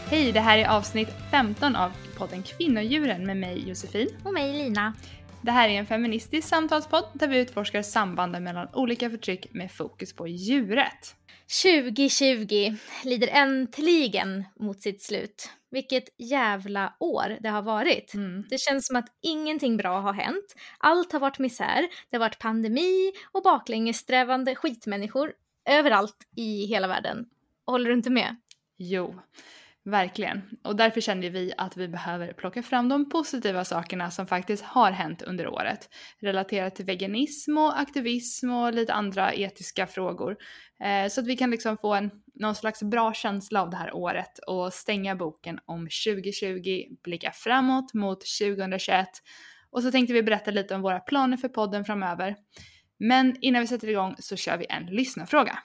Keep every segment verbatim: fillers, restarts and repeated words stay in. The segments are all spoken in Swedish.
Hej, det här är avsnitt femton av podden Kvinnodjuren med mig Josefin. Och mig Lina. Det här är en feministisk samtalspodd där vi utforskar sambanden mellan olika förtryck med fokus på djuret. tjugo tjugo lider äntligen mot sitt slut. Vilket jävla år det har varit. Mm. Det känns som att ingenting bra har hänt. Allt har varit misär. Det har varit pandemi och baklängessträvande skitmänniskor överallt i hela världen. Håller du inte med? Jo, verkligen. Och därför kände vi att vi behöver plocka fram de positiva sakerna som faktiskt har hänt under året. Relaterat till veganism och aktivism och lite andra etiska frågor. Eh, så att vi kan liksom få en, någon slags bra känsla av det här året och stänga boken om tjugo tjugo, blicka framåt mot tjugohundratjugoett. Och så tänkte vi berätta lite om våra planer för podden framöver. Men innan vi sätter igång så kör vi en lyssnarfråga.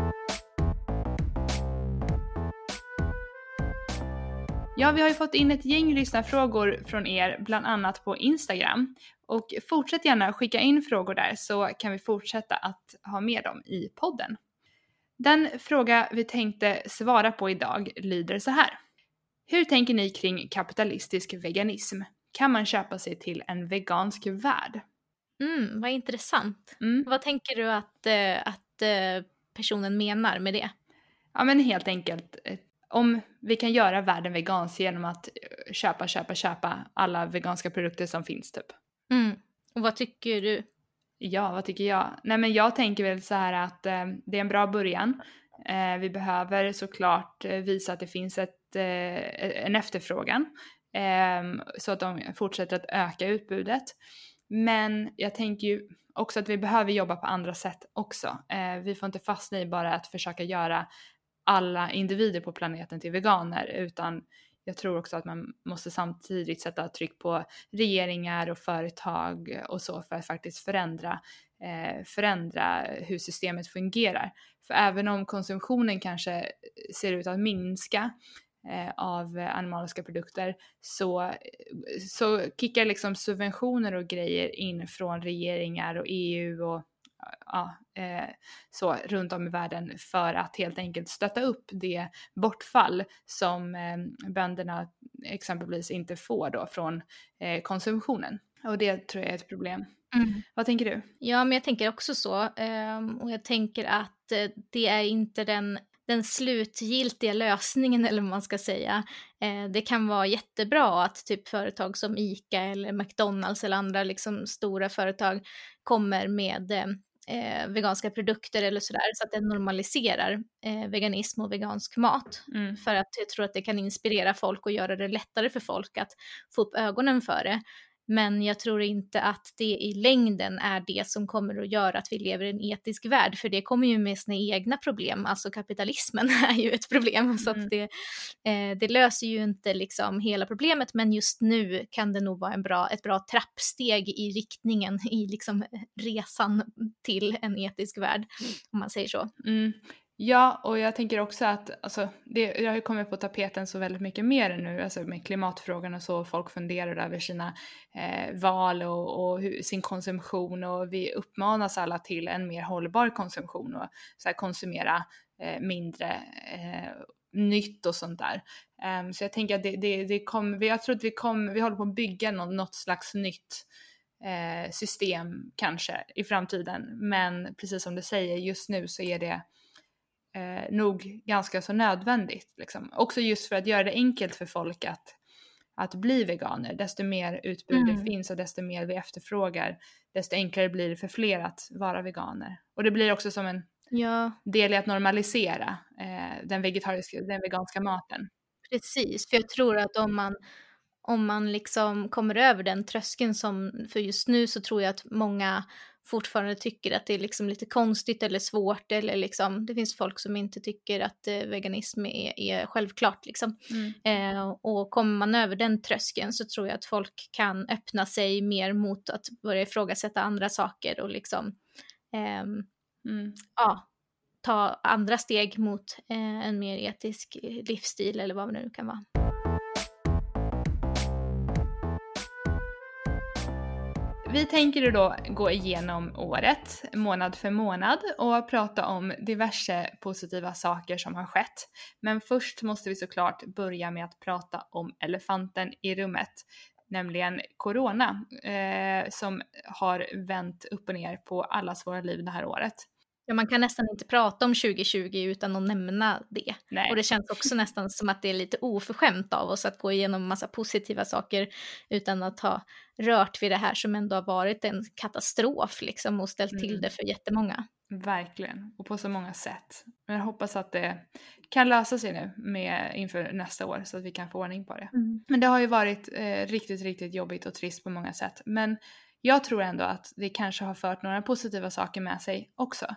Ja, vi har ju fått in ett gäng lyssnarfrågor från er, bland annat på Instagram. Och fortsätt gärna skicka in frågor där så kan vi fortsätta att ha med dem i podden. Den fråga vi tänkte svara på idag lyder så här. Hur tänker ni kring kapitalistisk veganism? Kan man köpa sig till en vegansk värld? Mm, vad intressant. Mm. Vad tänker du att, eh, att eh, personen menar med det? Ja, men helt enkelt om vi kan göra världen vegansk genom att köpa, köpa, köpa alla veganska produkter som finns typ. Mm. Och vad tycker du? Ja, vad tycker jag? Nej, men jag tänker väl så här att eh, det är en bra början. Eh, vi behöver såklart eh, visa att det finns ett, eh, en efterfrågan. Eh, så att de fortsätter att öka utbudet. Men jag tänker ju också att vi behöver jobba på andra sätt också. Eh, vi får inte fastna i bara att försöka göra alla individer på planeten till veganer, utan jag tror också att man måste samtidigt sätta tryck på regeringar och företag och så för att faktiskt förändra, eh, förändra hur systemet fungerar. För även om konsumtionen kanske ser ut att minska eh, av animaliska produkter så, så kickar liksom subventioner och grejer in från regeringar och E U och ja, eh, så runt om i världen för att helt enkelt stötta upp det bortfall som eh, bönderna exempelvis inte får då från eh, konsumtionen. Och det tror jag är ett problem. Mm. Vad tänker du? Ja, men jag tänker också så. Och jag tänker att det är inte den, den slutgiltiga lösningen, eller vad man ska säga. Det kan vara jättebra att typ företag som ICA eller McDonalds eller andra liksom stora företag kommer med eh, veganska produkter eller sådär, så att det normaliserar eh, veganism och vegansk mat. Mm. För att jag tror att det kan inspirera folk och göra det lättare för folk att få upp ögonen för det. Men jag tror inte att det i längden är det som kommer att göra att vi lever i en etisk värld. För det kommer ju med sina egna problem. Alltså kapitalismen är ju ett problem. Mm. Så att det, eh, det löser ju inte liksom hela problemet. Men just nu kan det nog vara en bra, ett bra trappsteg i riktningen. I liksom resan till en etisk värld. Om man säger så. Mm. Ja, och jag tänker också att alltså, det, jag har ju kommit på tapeten så väldigt mycket mer nu, alltså med klimatfrågan och så, folk funderar över sina eh, val och, och hur, sin konsumtion, och vi uppmanas alla till en mer hållbar konsumtion och så här, konsumera eh, mindre eh, nytt och sånt där. Um, så jag tänker att det, det, det kommer, jag tror att vi, kom, vi håller på att bygga något, något slags nytt eh, system kanske i framtiden, men precis som du säger, just nu så är det Eh, nog ganska så nödvändigt. Liksom. Också just för att göra det enkelt för folk att, att bli veganer. Desto mer utbud mm. det finns och desto mer vi efterfrågar, desto enklare blir det för fler att vara veganer. Och det blir också som en ja. del i att normalisera eh, den vegetariska, den veganska maten. Precis, för jag tror att om man om man liksom kommer över den tröskeln som, för just nu så tror jag att många fortfarande tycker att det är liksom lite konstigt eller svårt, eller liksom, det finns folk som inte tycker att eh, veganism är, är självklart liksom. Mm. Eh, och kommer man över den tröskeln så tror jag att folk kan öppna sig mer mot att börja ifrågasätta andra saker och liksom eh, mm. ja, ta andra steg mot eh, en mer etisk livsstil eller vad det nu kan vara. Vi tänker då gå igenom året månad för månad och prata om diverse positiva saker som har skett. Men först måste vi såklart börja med att prata om elefanten i rummet, nämligen corona, eh, som har vänt upp och ner på allas våra liv det här året. Ja, man kan nästan inte prata om tjugo tjugo utan att nämna det. Nej. Och det känns också nästan som att det är lite oförskämt av oss att gå igenom massa positiva saker utan att ha rört vid det här som ändå har varit en katastrof liksom, och ställt till Mm. det för jättemånga. Verkligen, och på så många sätt. Men jag hoppas att det kan lösa sig nu med, inför nästa år så att vi kan få ordning på det. Mm. Men det har ju varit eh, riktigt, riktigt jobbigt och trist på många sätt. Men jag tror ändå att det kanske har fört några positiva saker med sig också.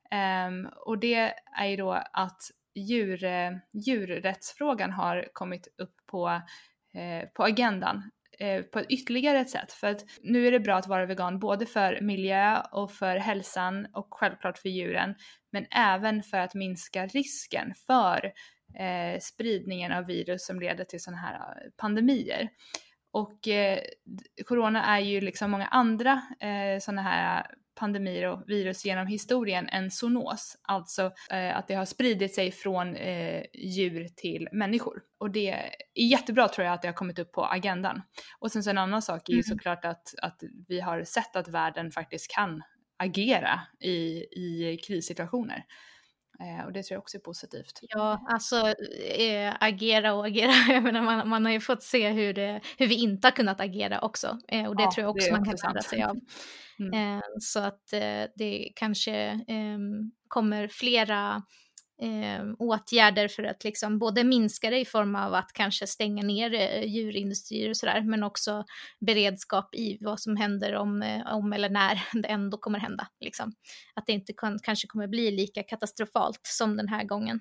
Um, och det är ju då att djur, eh, djurrättsfrågan har kommit upp på, eh, på agendan eh, på ett ytterligare ett sätt. För att nu är det bra att vara vegan både för miljö och för hälsan och självklart för djuren. Men även för att minska risken för eh, spridningen av virus som leder till sådana här pandemier. Och eh, corona är ju liksom många andra eh, sådana här pandemier och virus genom historien en zoonos. Alltså eh, att det har spridit sig från eh, djur till människor. Och det är jättebra tror jag att det har kommit upp på agendan. Och sen så en annan sak är ju mm. såklart att, att vi har sett att världen faktiskt kan agera i, i krissituationer. Eh, och det tror jag också är positivt. Ja, alltså eh, agera och agera. Jag menar, man, man har ju fått se hur, det, hur vi inte har kunnat agera också. Eh, och det ja, tror jag också, också man kan lära sig av. Mm. Eh, så att eh, det kanske eh, kommer flera eh, åtgärder för att liksom både minska det i form av att kanske stänga ner eh, djurindustrier och sådär. Men också beredskap i vad som händer om, eh, om eller när det ändå kommer hända. Liksom. Att det inte kan, kanske kommer bli lika katastrofalt som den här gången.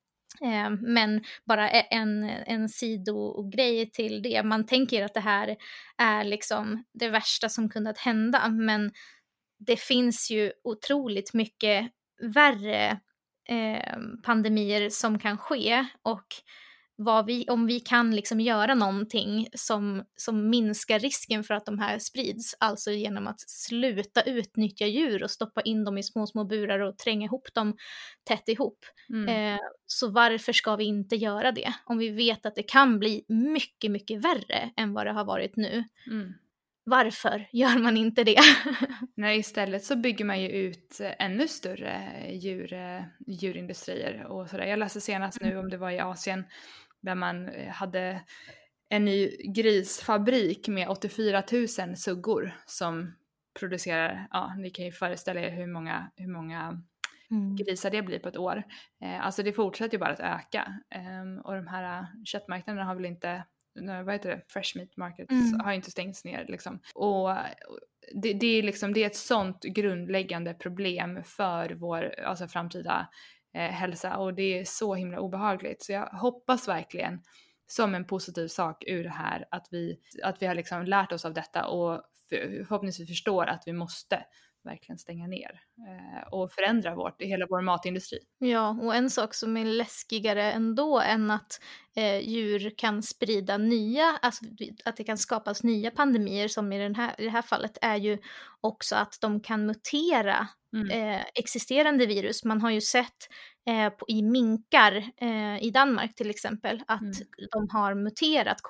Eh, men bara en, en sidogrej till det. Man tänker att det här är liksom det värsta som kunnat hända. Men det finns ju otroligt mycket värre eh, pandemier som kan ske. Och vad vi, om vi kan liksom göra någonting som, som minskar risken för att de här sprids. Alltså genom att sluta utnyttja djur och stoppa in dem i små små burar och tränga ihop dem tätt ihop. Mm. Eh, så varför ska vi inte göra det? Om vi vet att det kan bli mycket, mycket värre än vad det har varit nu. Mm. Varför gör man inte det? Nej, istället så bygger man ju ut ännu större djur, djurindustrier och sådär. Jag läste senast nu om det var i Asien där man hade en ny grisfabrik med åttiofyra tusen suggor som producerar, ja, ni kan ju föreställa er hur många, hur många mm. grisar det blir på ett år. Eh, alltså det fortsätter ju bara att öka. Eh, och de här köttmarknaderna har väl inte, vad heter det, fresh meat markets mm. har inte stängts ner liksom. Och det, det är liksom, det är ett sånt grundläggande problem för vår alltså framtida eh, hälsa och det är så himla obehagligt. Så jag hoppas verkligen som en positiv sak ur det här att vi, att vi har liksom lärt oss av detta och för, förhoppningsvis förstår att vi måste verkligen stänga ner eh, och förändra vårt, hela vår matindustri. Ja, och en sak som är läskigare ändå än att eh, djur kan sprida nya, alltså att det kan skapas nya pandemier som i, den här, i det här fallet är ju också att de kan mutera mm. eh, existerande virus. Man har ju sett eh, på, i minkar eh, i Danmark till exempel att mm. de har muterat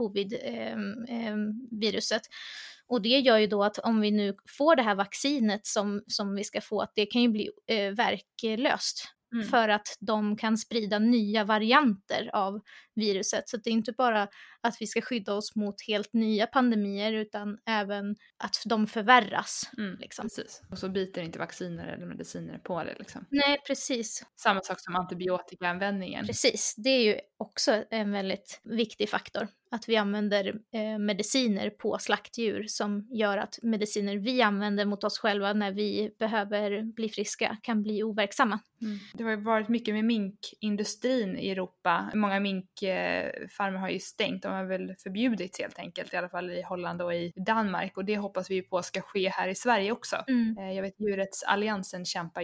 covid-viruset. Eh, eh, Och det gör ju då att om vi nu får det här vaccinet som, som vi ska få, att det kan ju bli eh, verklöst. Mm. För att de kan sprida nya varianter av viruset. Så det är inte bara att vi ska skydda oss mot helt nya pandemier utan även att de förvärras. Mm, liksom. Precis. Och så biter inte vacciner eller mediciner på det. Liksom. Nej, precis. Samma sak som antibiotikaanvändningen. Precis, det är ju också en väldigt viktig faktor. Att vi använder eh, mediciner på slaktdjur som gör att mediciner vi använder mot oss själva när vi behöver bli friska kan bli overksamma. Mm. Det har ju varit mycket med minkindustrin i Europa. Många minkfarmer har ju stängt. De har väl förbjudits helt enkelt, i alla fall i Holland och i Danmark. Och det hoppas vi på ska ske här i Sverige också. Mm. Jag vet Djurrättsalliansen kämpar ju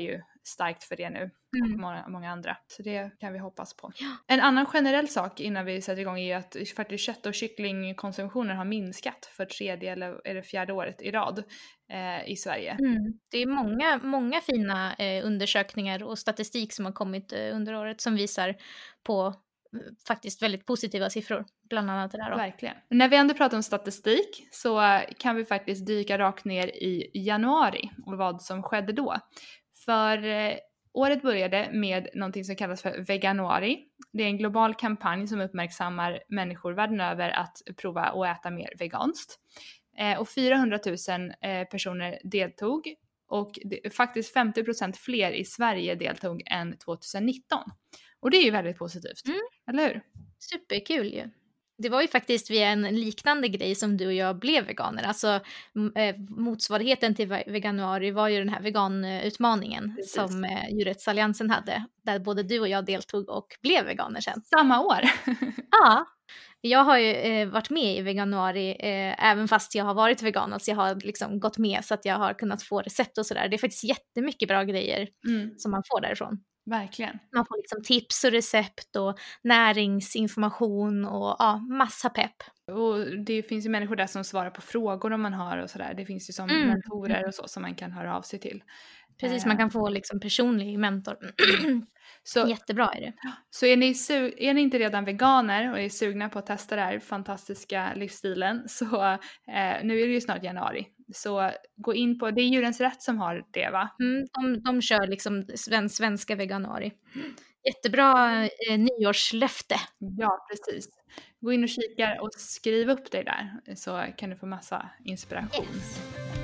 starkt för det nu. Mm. Och många, många andra. Så det kan vi hoppas på. Ja. En annan generell sak innan vi sätter igång är att faktiskt kött- och kycklingkonsumtionen har minskat för tredje eller är det fjärde året i rad eh, i Sverige. Mm. Det är många, många fina eh, undersökningar och statistik som har kommit eh, under året som visar på eh, faktiskt väldigt positiva siffror. Bland annat det där då. Verkligen. När vi ändå pratar om statistik så kan vi faktiskt dyka rakt ner i januari och vad som skedde då. För eh, året började med någonting som kallas för veganuari. Det är en global kampanj som uppmärksammar människor världen över att prova att äta mer veganskt. Eh, och fyrahundratusen eh, personer deltog och det, faktiskt femtio procent fler i Sverige deltog än tjugonitton. Och det är ju väldigt positivt, Mm. eller hur? Superkul ju. Det var ju faktiskt via en liknande grej som du och jag blev veganer. Alltså eh, motsvarigheten till veganuari var ju den här veganutmaningen Precis. som eh, Djurrättsalliansen hade. Där både du och jag deltog och blev veganer sen. Samma år. Ja, jag har ju eh, varit med i veganuari eh, även fast jag har varit vegan. Alltså jag har liksom gått med så att jag har kunnat få recept och sådär. Det är faktiskt jättemycket bra grejer Mm, som man får därifrån. verkligen. Man får liksom tips och recept och näringsinformation och ja, massa pepp. Och det finns ju människor där som svarar på frågor om man har och sådär. Det finns ju som Mm. mentorer och så som man kan höra av sig till. Precis, Eh, man kan få liksom personlig mentor. Så, Jättebra är det. så är, ni su- är ni inte redan veganer och är sugna på att testa den här fantastiska livsstilen så eh, nu är det ju snart januari. Så gå in på, det är Djurens Rätt som har det va? Mm, de, de kör liksom sven, svenska veganuari. Jättebra eh, nyårslöfte. Ja, precis. Gå in och kika och skriv upp dig där så kan du få massa inspiration. Yes.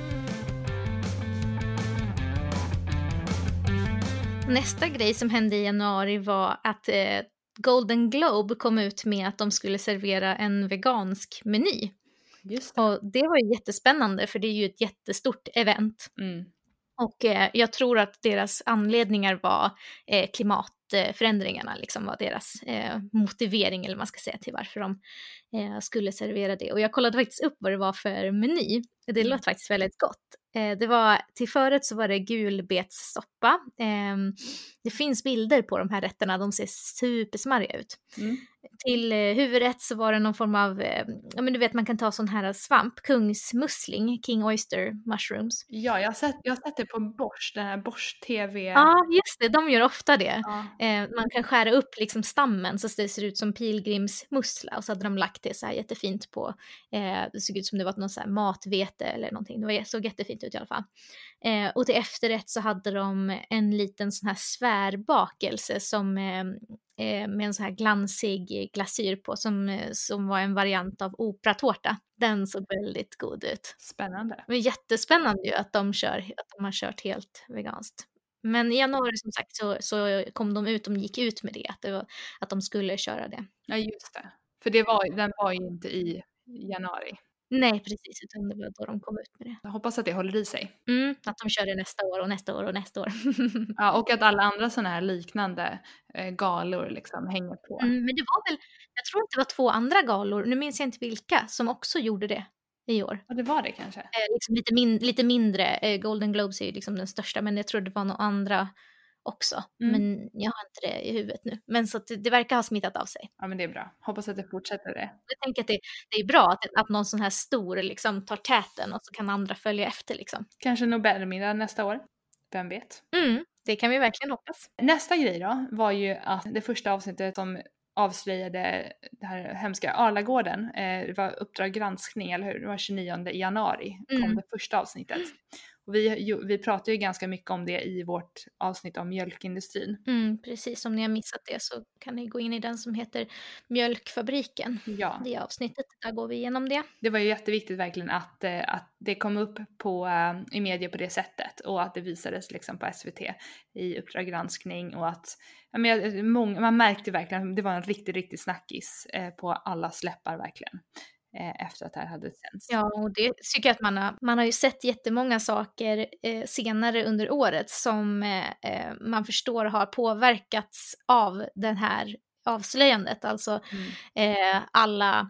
Nästa grej som hände i januari var att eh, Golden Globe kom ut med att de skulle servera en vegansk meny. Just det. Och det var ju jättespännande för det är ju ett jättestort event. Mm. Och eh, jag tror att deras anledningar var eh, klimatförändringarna, liksom var deras eh, motivering eller vad man ska säga till varför de eh, skulle servera det. Och jag kollade faktiskt upp vad det var för meny. Det Mm. låter faktiskt väldigt gott. Eh, det var, till förrätt så var det gulbetssoppa. Eh, det finns bilder på de här rätterna, de ser supersmarriga ut. Mm. Till eh, huvudrätt så var det någon form av, eh, ja men du vet man kan ta sån här svamp, kungsmussling, king oyster mushrooms. Ja, jag har, sett, jag har sett det på Bosch, den här Bosch T V. Ja, just det, de gör ofta det. Ja. Eh, man kan skära upp liksom stammen så det ser ut som pilgrimsmussla och så hade de lagt det så här jättefint på, eh, det såg ut som det var något så här matvete eller någonting, det var, såg jättefint ut i alla fall. Eh, och till efterrätt så hade de en liten sån här svärbakelse som eh, med en så här glansig glasyr på som, som var en variant av operatårta. Den såg väldigt god ut. Spännande. Det var jättespännande ju att de, kör, att de har kört helt veganskt. Men i januari som sagt så, så kom de ut, de gick ut med det att, det var, att de skulle köra det. Ja, just det. För det var, den var ju inte i januari. Nej, precis, utan det var då de kom ut med det. Jag hoppas att det håller i sig. Mm, att de kör det nästa år och nästa år och nästa år. Ja, och att alla andra sådana här liknande eh, galor liksom hänger på. Mm, men det var väl, jag tror att det var två andra galor, nu minns jag inte vilka, som också gjorde det i år. Ja, det var det kanske. Eh, liksom lite, min, lite mindre, eh, Golden Globes är ju liksom den största, men jag tror det var några andra också. Mm. Men jag har inte det i huvudet nu. Men så att det, det verkar ha smittat av sig. Ja, men det är bra. Hoppas att det fortsätter det. Jag tänker att det, det är bra att, att någon sån här stor liksom tar täten och så kan andra följa efter liksom. Kanske Nobelmiddag nästa år. Vem vet? Mm, det kan vi verkligen hoppas. Nästa grej då var ju att det första avsnittet som avslöjade det här hemska Arlagården, eh, det var Uppdrag granskning, eller hur? Det var tjugonionde januari kom Mm. det första avsnittet. Och vi, ju, vi pratar ju ganska mycket om det i vårt avsnitt om mjölkindustrin. Mm, precis, om ni har missat det så kan ni gå in i den som heter Mjölkfabriken. Ja, Det avsnittet, där går vi igenom det. det var ju jätteviktigt verkligen att, eh, att det kom upp på, eh, i media på det sättet och att det visades liksom på S V T i Uppdrag granskning och att ja, men, många, man märkte verkligen att det var en riktigt, riktigt snackis eh, på alla släppar verkligen. Efter att det här hade sänts. Ja, och det tycker jag att man har, man har ju sett jättemånga saker eh, senare under året som eh, man förstår har påverkats av den här avslöjandet. Alltså Mm. eh, alla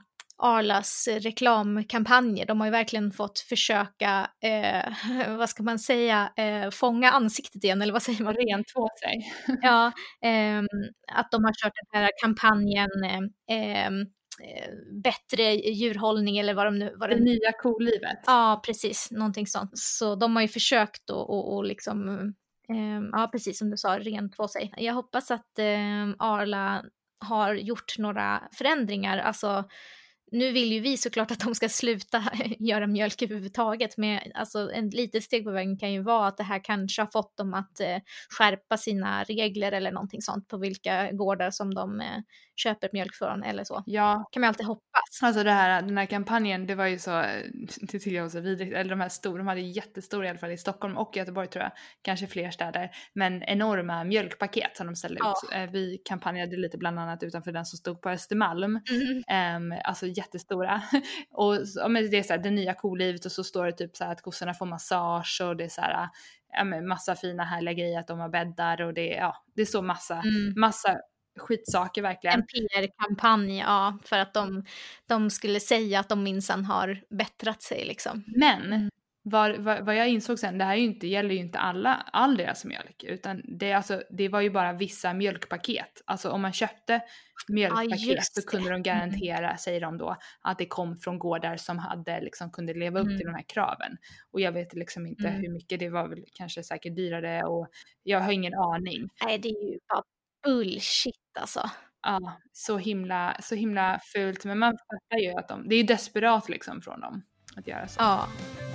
Arlas reklamkampanjer. De har ju verkligen fått försöka, eh, vad ska man säga, eh, fånga ansiktet igen, eller vad säger man? Rentvå sig. Ja, eh, att de har kört den här kampanjen eh, eh, bättre djurhållning eller vad de nu... Vad det den... nya kolivet. Ja, precis. Någonting sånt. Så de har ju försökt då och, och liksom, eh, ja precis som du sa, rentvå sig. Jag hoppas att eh, Arla har gjort några förändringar. Alltså, nu vill ju vi såklart att de ska sluta göra mjölk överhuvudtaget, men alltså en litet steg på vägen kan ju vara att det här kanske har fått dem att eh, skärpa sina regler eller någonting sånt på vilka gårdar som de eh, köper mjölk från eller så. Ja. Kan man alltid hoppas. Alltså det här, den här kampanjen, det var ju så, det tycker jag var så vidrigt, eller de här stora, de hade jättestora i alla fall i Stockholm och Göteborg tror jag, kanske fler städer, men enorma mjölkpaket som de ställde Ja. ut. Vi kampanjade lite bland annat utanför den som stod på Östermalm, Mm. um, alltså jättestora. Och ja, men det är så här, det nya kolivet och så står det typ så här att kossorna får massage och det är så här, ja, men massa fina härliga grejer att de har bäddar och det, ja, det är så massa, Mm. massa skitsaker verkligen. En P R-kampanj, ja, för att de, de skulle säga att de minsann har bättrat sig liksom. Men Mm. vad, vad, vad jag insåg sen, det här är ju inte, gäller ju inte alla, all deras mjölk, utan det, alltså, det var ju bara vissa mjölkpaket. Alltså om man köpte mjölkpaket Ja, så kunde de garantera, mm. säger de då, att det kom från gårdar som hade, liksom, kunde leva upp mm. till de här kraven. Och jag vet liksom inte mm. hur mycket, det var väl kanske säkert dyrare och jag har ingen aning. Nej, det är ju bara bullshit alltså. Ja, så himla, så himla fult, men man fattar ju att de, det är ju desperat liksom från dem att göra så. Ja.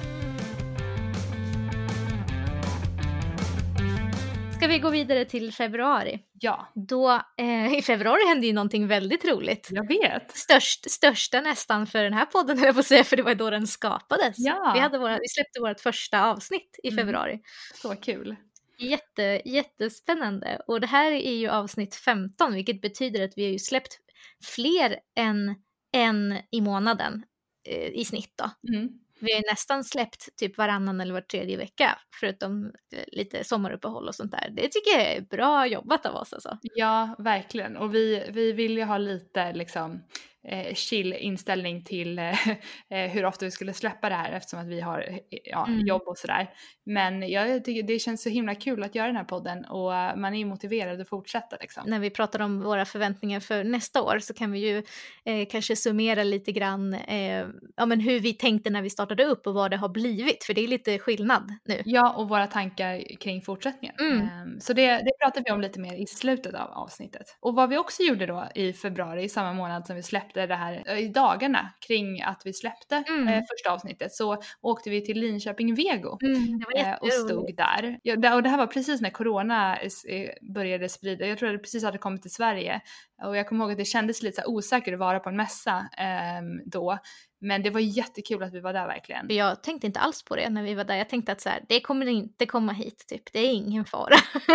Ska vi gå vidare till februari? Ja. Då, eh, i februari hände ju någonting väldigt roligt. Jag vet. Störst, största nästan för den här podden, eller på säga, för det var då den skapades. Ja. Vi, hade våra, vi släppte vårt första avsnitt i februari. Mm. Så kul. Jätte, jättespännande. Och det här är ju avsnitt femton, vilket betyder att vi har ju släppt fler än en i månaden eh, i snitt då. Mm. Vi har nästan släppt typ varannan eller var tredje vecka, förutom lite sommaruppehåll och sånt där. Det tycker jag är bra jobbat av oss alltså. Ja, verkligen. Och vi, vi vill ju ha lite liksom eh, chill inställning till eh, hur ofta vi skulle släppa det här eftersom att vi har ja, Mm. jobb och sådär. Men jag tycker det känns så himla kul att göra den här podden och man är ju motiverad att fortsätta liksom. När vi pratar om våra förväntningar för nästa år så kan vi ju eh, kanske summera lite grann eh, ja, men hur vi tänkte när vi startade upp och vad det har blivit, för det är lite skillnad nu. Ja, och våra tankar kring fortsättningen. Mm. Um, så det, det pratar vi om lite mer i slutet av avsnittet. Och vad vi också gjorde då i februari, i samma månad som vi släppte det här, i dagarna kring att vi släppte Mm. eh, första avsnittet, så åkte vi till Linköping Vego. Mm, det var eh, och stod där. Ja, det- och det här var precis när corona eh, började sprida. Jag tror att det precis hade kommit till Sverige. Och jag kommer ihåg att det kändes lite så här osäkert att vara på en mässa eh, då. Men det var jättekul att vi var där verkligen. Jag tänkte inte alls på det när vi var där. Jag tänkte att så här, det kommer inte komma hit typ. Det är ingen fara.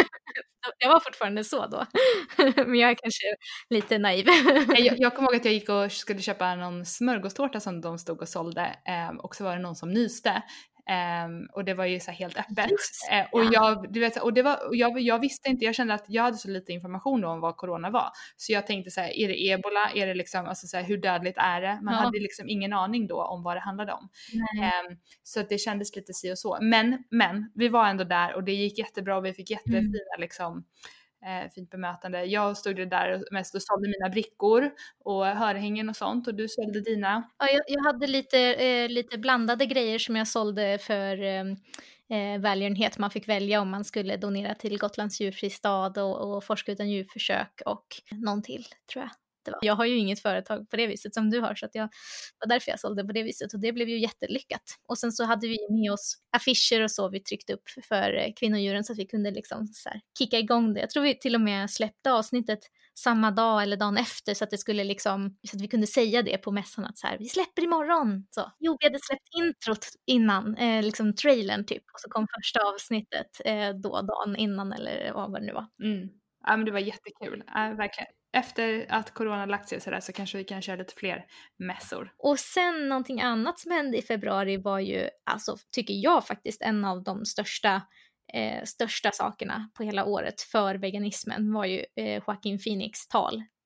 Jag var fortfarande så då. Men jag är kanske lite naiv. jag, jag kommer ihåg att jag gick och skulle köpa någon smörgåstårta som de stod och sålde. Eh, och så var det någon som nyste. Um, och det var ju så här helt öppet. Uh, och jag, du vet, och det var, och jag, jag visste inte, jag kände att jag hade så lite information då om vad corona var. Så jag tänkte så här, är det ebola? Är det liksom, alltså så här, hur dödligt är det? Man Ja. hade liksom ingen aning då om vad det handlade om. Um, så att det kändes lite si och så. Men, men vi var ändå där och det gick jättebra och vi fick jättefina Mm. liksom Eh, fint bemötande. Jag stod ju där mest och sålde mina brickor och hörhängen och sånt, och du sålde dina. Ja, jag, jag hade lite, eh, lite blandade grejer som jag sålde för eh, eh, välgörenhet. Man fick välja om man skulle donera till Gotlands djurfristad och, och Forska utan djurförsök och någon till, tror jag. Det var. Jag har ju inget företag på det viset som du har, så att jag var därför jag sålde på det viset, och det blev ju jättelyckat. Och sen så hade vi med oss affischer och så vi tryckte upp för kvinnodjuren så att vi kunde liksom så här kicka igång det. Jag tror vi till och med släppte avsnittet samma dag eller dagen efter, så att det skulle liksom, så att vi kunde säga det på mässan att så här, vi släpper imorgon. Så. Jo, vi hade släppt introt innan, eh, liksom trailern typ, och så kom första avsnittet eh, då dagen innan eller vad det nu var. Mm. Ja, men det var jättekul, äh, verkligen. Efter att corona lagt sig så där så kanske vi kan köra lite fler mässor. Och sen någonting annat som hände i februari var ju, alltså tycker jag faktiskt, en av de största eh, största sakerna på hela året för veganismen var ju eh, Joaquin Phoenix tal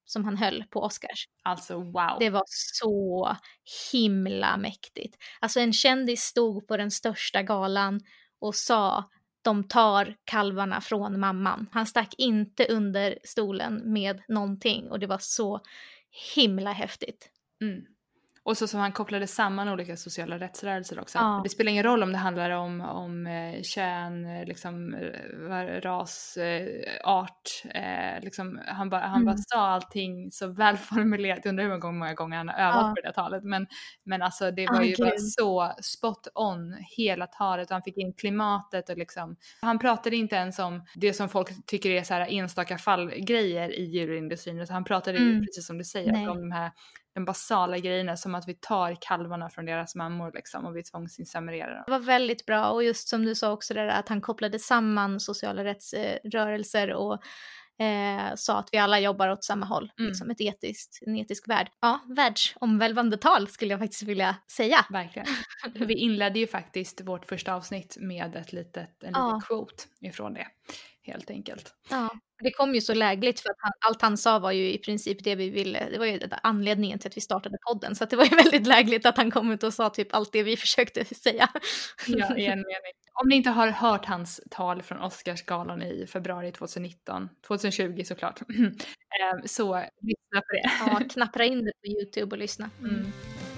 som han höll på Oscars. Alltså wow. Det var så himla mäktigt. Alltså en kändis stod på den största galan och sa de tar kalvarna från mamman. Han stack inte under stolen med någonting och det var så himla häftigt. Mm. Och så som han kopplade samman olika sociala rättsrörelser också. Ja. Det spelar ingen roll om det handlar om, om eh, kön, liksom, eh, ras, eh, art. Eh, liksom, han bara, han Mm. bara sa allting så välformulerat. Jag undrar hur många, många gånger han har övat Ja. på det talet. Men, men alltså det var Ah, ju gud. bara så spot on hela talet. Och han fick in klimatet och liksom. Han pratade inte ens om det som folk tycker är så här enstaka fallgrejer i djurindustrin. Utan han pratade Mm. ju precis som du säger Nej. om de här de basala grejerna, som att vi tar kalvarna från deras mammor liksom, och vi tvångsinsemererar dem. Det var väldigt bra, och just som du sa också där att han kopplade samman sociala rättsrörelser och eh, sa att vi alla jobbar åt samma håll, Mm. liksom ett etiskt, en etisk värld. Ja, världsomvälvande tal skulle jag faktiskt vilja säga. Verkligen. Vi inledde ju faktiskt vårt första avsnitt med ett litet, en Ja. liten quote ifrån det, helt enkelt. Ja, det kom ju så lägligt för att han, allt han sa var ju i princip det vi ville, det var ju anledningen till att vi startade podden, så att det var ju väldigt lägligt att han kom ut och sa typ allt det vi försökte säga. Ja, i en mening. Om ni inte har hört hans tal från Oscarsgalan i februari tjugonitton, tjugohundratjugo såklart, eh, så lyssna på det. Ja, knappra in det på YouTube och lyssna. Mm.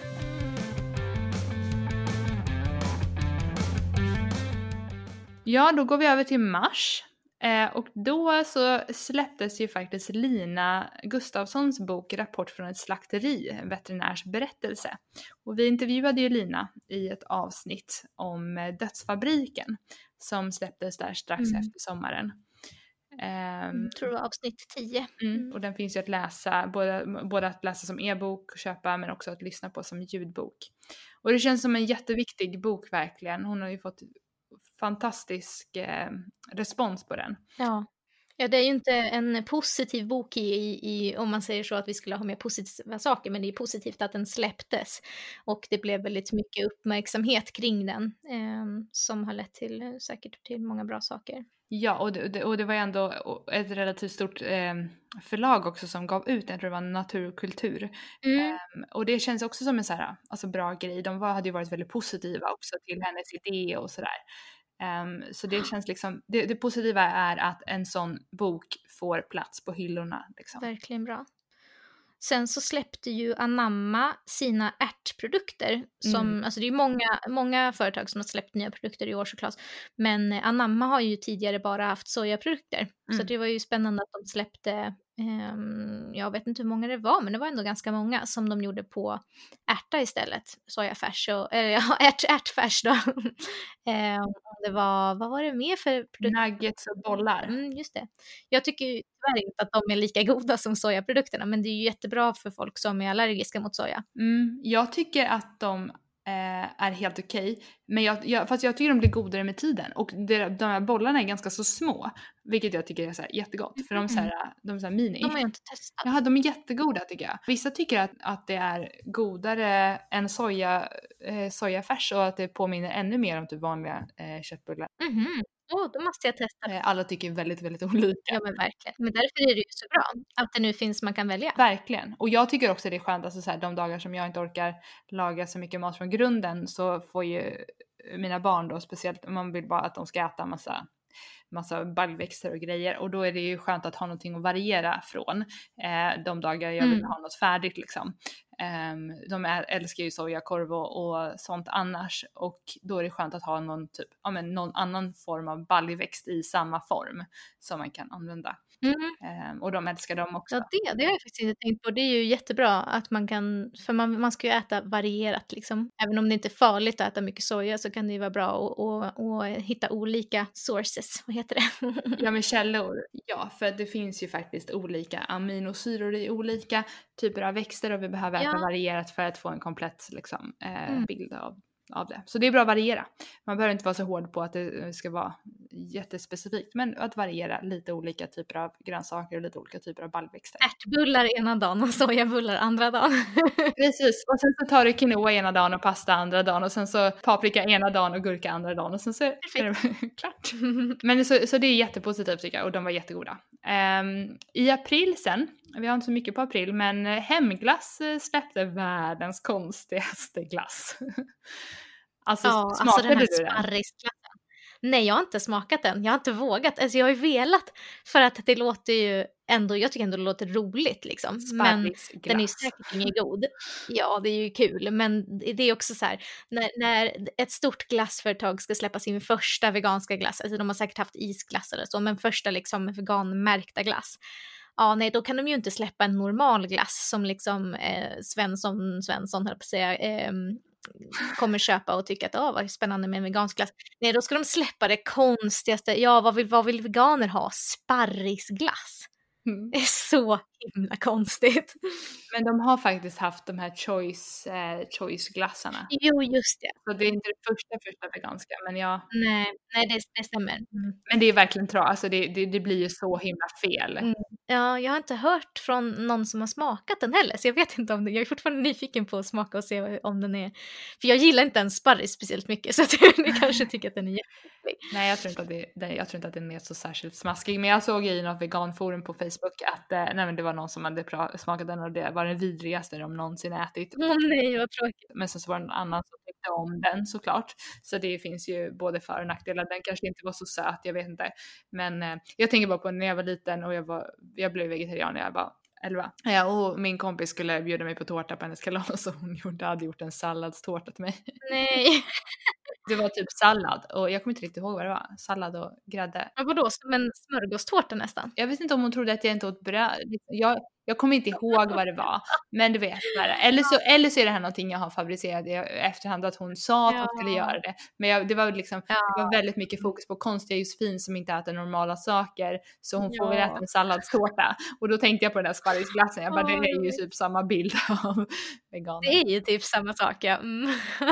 Ja, då går vi över till mars. Eh, och då så släpptes ju faktiskt Lina Gustafssons bok Rapport från ett slakteri, en veterinärs berättelse. Och vi intervjuade ju Lina i ett avsnitt om eh, Dödsfabriken som släpptes där strax Mm. efter sommaren. Ehm, Jag tror det var avsnitt tio. Mm, och den finns ju att läsa, både, både att läsa som e-bok och köpa, men också att lyssna på som ljudbok. Och det känns som en jätteviktig bok verkligen. Hon har ju fått fantastisk eh, respons på den. Ja. Ja, det är ju inte en positiv bok i, i, i, om man säger så att vi skulle ha mer positiva saker, men det är positivt att den släpptes. Och det blev väldigt mycket uppmärksamhet kring den, eh, som har lett till eh, säkert till många bra saker. Ja, och det, och det var ju ändå ett relativt stort eh, förlag också som gav ut den, jag tror det var Natur och kultur. Mm. Um, och det känns också som en så här, alltså bra grej. De var, hade ju varit väldigt positiva också till hennes idé och sådär. Um, så det känns liksom, det, det positiva är att en sån bok får plats på hyllorna. Liksom. Verkligen bra. Sen så släppte ju Anamma sina ärtprodukter. Som, Mm. alltså det är ju många, många företag som har släppt nya produkter i år såklart. Men Anamma har ju tidigare bara haft sojaprodukter. Mm. Så det var ju spännande att de släppte, ehm, jag vet inte hur många det var, men det var ändå ganska många som de gjorde på ärta istället. Sojafärs och, eller ja, ärt, ärtfärs då. ehm, det var, vad var det mer för produkter? Nuggets och bollar. Mm, just det. Jag tycker ju tyvärr inte att de är lika goda som sojaprodukterna, men det är ju jättebra för folk som är allergiska mot soja. Mm, jag tycker att de eh, är helt okej, men jag, jag, fast jag tycker de blir godare med tiden. Och det, de här bollarna är ganska så små, vilket jag tycker är så här jättegott. För de är så här, de är så här mini. De har jag inte testat. Ja, de är jättegoda tycker jag. Vissa tycker att, att det är godare än soja, eh, sojafärs och att det påminner ännu mer om typ vanliga eh, köttbullar. Mhm. Åh, då måste jag testa. Eh, alla tycker väldigt, väldigt olika. Ja, men verkligen. Men därför är det ju så bra att det nu finns man kan välja. Verkligen. Och jag tycker också det är skönt, alltså så här, de dagar som jag inte orkar laga så mycket mat från grunden, så får ju mina barn då, speciellt om man vill bara att de ska äta massa massa baljväxter och grejer, och då är det ju skönt att ha någonting att variera från eh, de dagar jag vill Mm. ha något färdigt liksom. Um, de är, älskar ju sojakorv och, och sånt annars, och då är det skönt att ha någon typ, ja men någon annan form av baljväxt i samma form som man kan använda. Mm. Um, och de älskar dem också. Ja, det, det har jag faktiskt inte tänkt på. Det är ju jättebra att man kan, för man, man ska ju äta varierat liksom. Även om det inte är farligt att äta mycket soja, så kan det ju vara bra att och, och hitta olika sources, vad heter det? Ja, med källor. Ja, för det finns ju faktiskt olika aminosyror i olika typer av växter, och vi behöver äta Ja. varierat för att få en komplett liksom, eh, Mm. bild av, av det. Så det är bra att variera. Man behöver inte vara så hård på att det ska vara jättespecifikt, men att variera lite olika typer av grönsaker och lite olika typer av baljväxter. Ärtbullar ena dagen och sojabullar andra dagen. Precis, och sen så tar du quinoa ena dagen och pasta andra dagen, och sen så paprika ena dagen och gurka andra dagen, och sen så är det klart. Men så, så det är jättepositivt tycker jag, och de var jättegoda. Um, I april sen vi har inte så mycket på april, men Hemglass släppte världens konstigaste glass. Alltså, Ja, smakade alltså den här du den? sparrisglassen. Nej, jag har inte smakat den. Jag har inte vågat. Alltså jag har ju velat, för att det låter ju ändå, jag tycker ändå det låter roligt liksom. Men den är ju Sparrisglass. säkert ingen god. Ja, det är ju kul, men det är också så här, när, när ett stort glassföretag ska släppa sin första veganska glass, alltså de har säkert haft isglass eller så, men första liksom veganmärkta glass. Ja, nej, då kan de ju inte släppa en normal glass som liksom eh, Svensson, Svensson höll på att säga, eh, kommer köpa och tycka att åh, vad spännande med en vegansk glass. Nej, då ska de släppa det konstigaste. Ja, vad vill, vad vill veganer ha? Sparrisglass. Mm. Det är så himla konstigt. Men de har faktiskt haft de här choice, eh, choice-glassarna. Jo, just det. Så det är inte det första, första veganska, men ja. Nej, nej det, det stämmer. Mm. Men det är verkligen tra, alltså det, det, det blir ju så himla fel. Mm. Ja, jag har inte hört från någon som har smakat den heller, så jag vet inte om det, jag är fortfarande nyfiken på att smaka och se om den är, för jag gillar inte en sparris speciellt mycket, så att ni kanske tycker att den är jätteäcklig. Nej, jag tror inte att det, det, jag tror inte att den är så särskilt smaskig, men jag såg i något veganforum på Facebook att eh, nej, men det var någon som hade pra- smakat den och det var den vidrigaste de någonsin ätit. Åh nej, vad tråkigt. Men så var det någon annan som tyckte om den såklart. Så det finns ju både för- och nackdelar. Den kanske inte var så söt, jag vet inte. Men eh, jag tänker bara på när jag var liten och jag, var, jag blev vegetarian när jag var elva. Ja, och min kompis skulle bjuda mig på tårta på hennes kalas och hon gjorde, hade gjort en salladstårta till mig. Nej. Det var typ sallad och jag kommer inte riktigt ihåg vad det var. Sallad och grädde. Men vadå, som en smörgåstårta nästan? Jag vet inte om hon trodde att jag inte åt bröd. Jag, jag kommer inte ihåg vad det var. Men du vet, eller så, eller så är det här någonting jag har fabricerat i efterhand att hon sa att hon skulle göra det. Men jag, det var liksom, Ja. det var väldigt mycket fokus på konstiga Josefin som inte äter normala saker. Så hon får Ja. väl äta en salladstårta. Och då tänkte jag på den där sparrisglassen. Jag bara, Åh, det är ju roligt. typ samma bild av veganer. Det är ju typ samma sak, ja. Mm.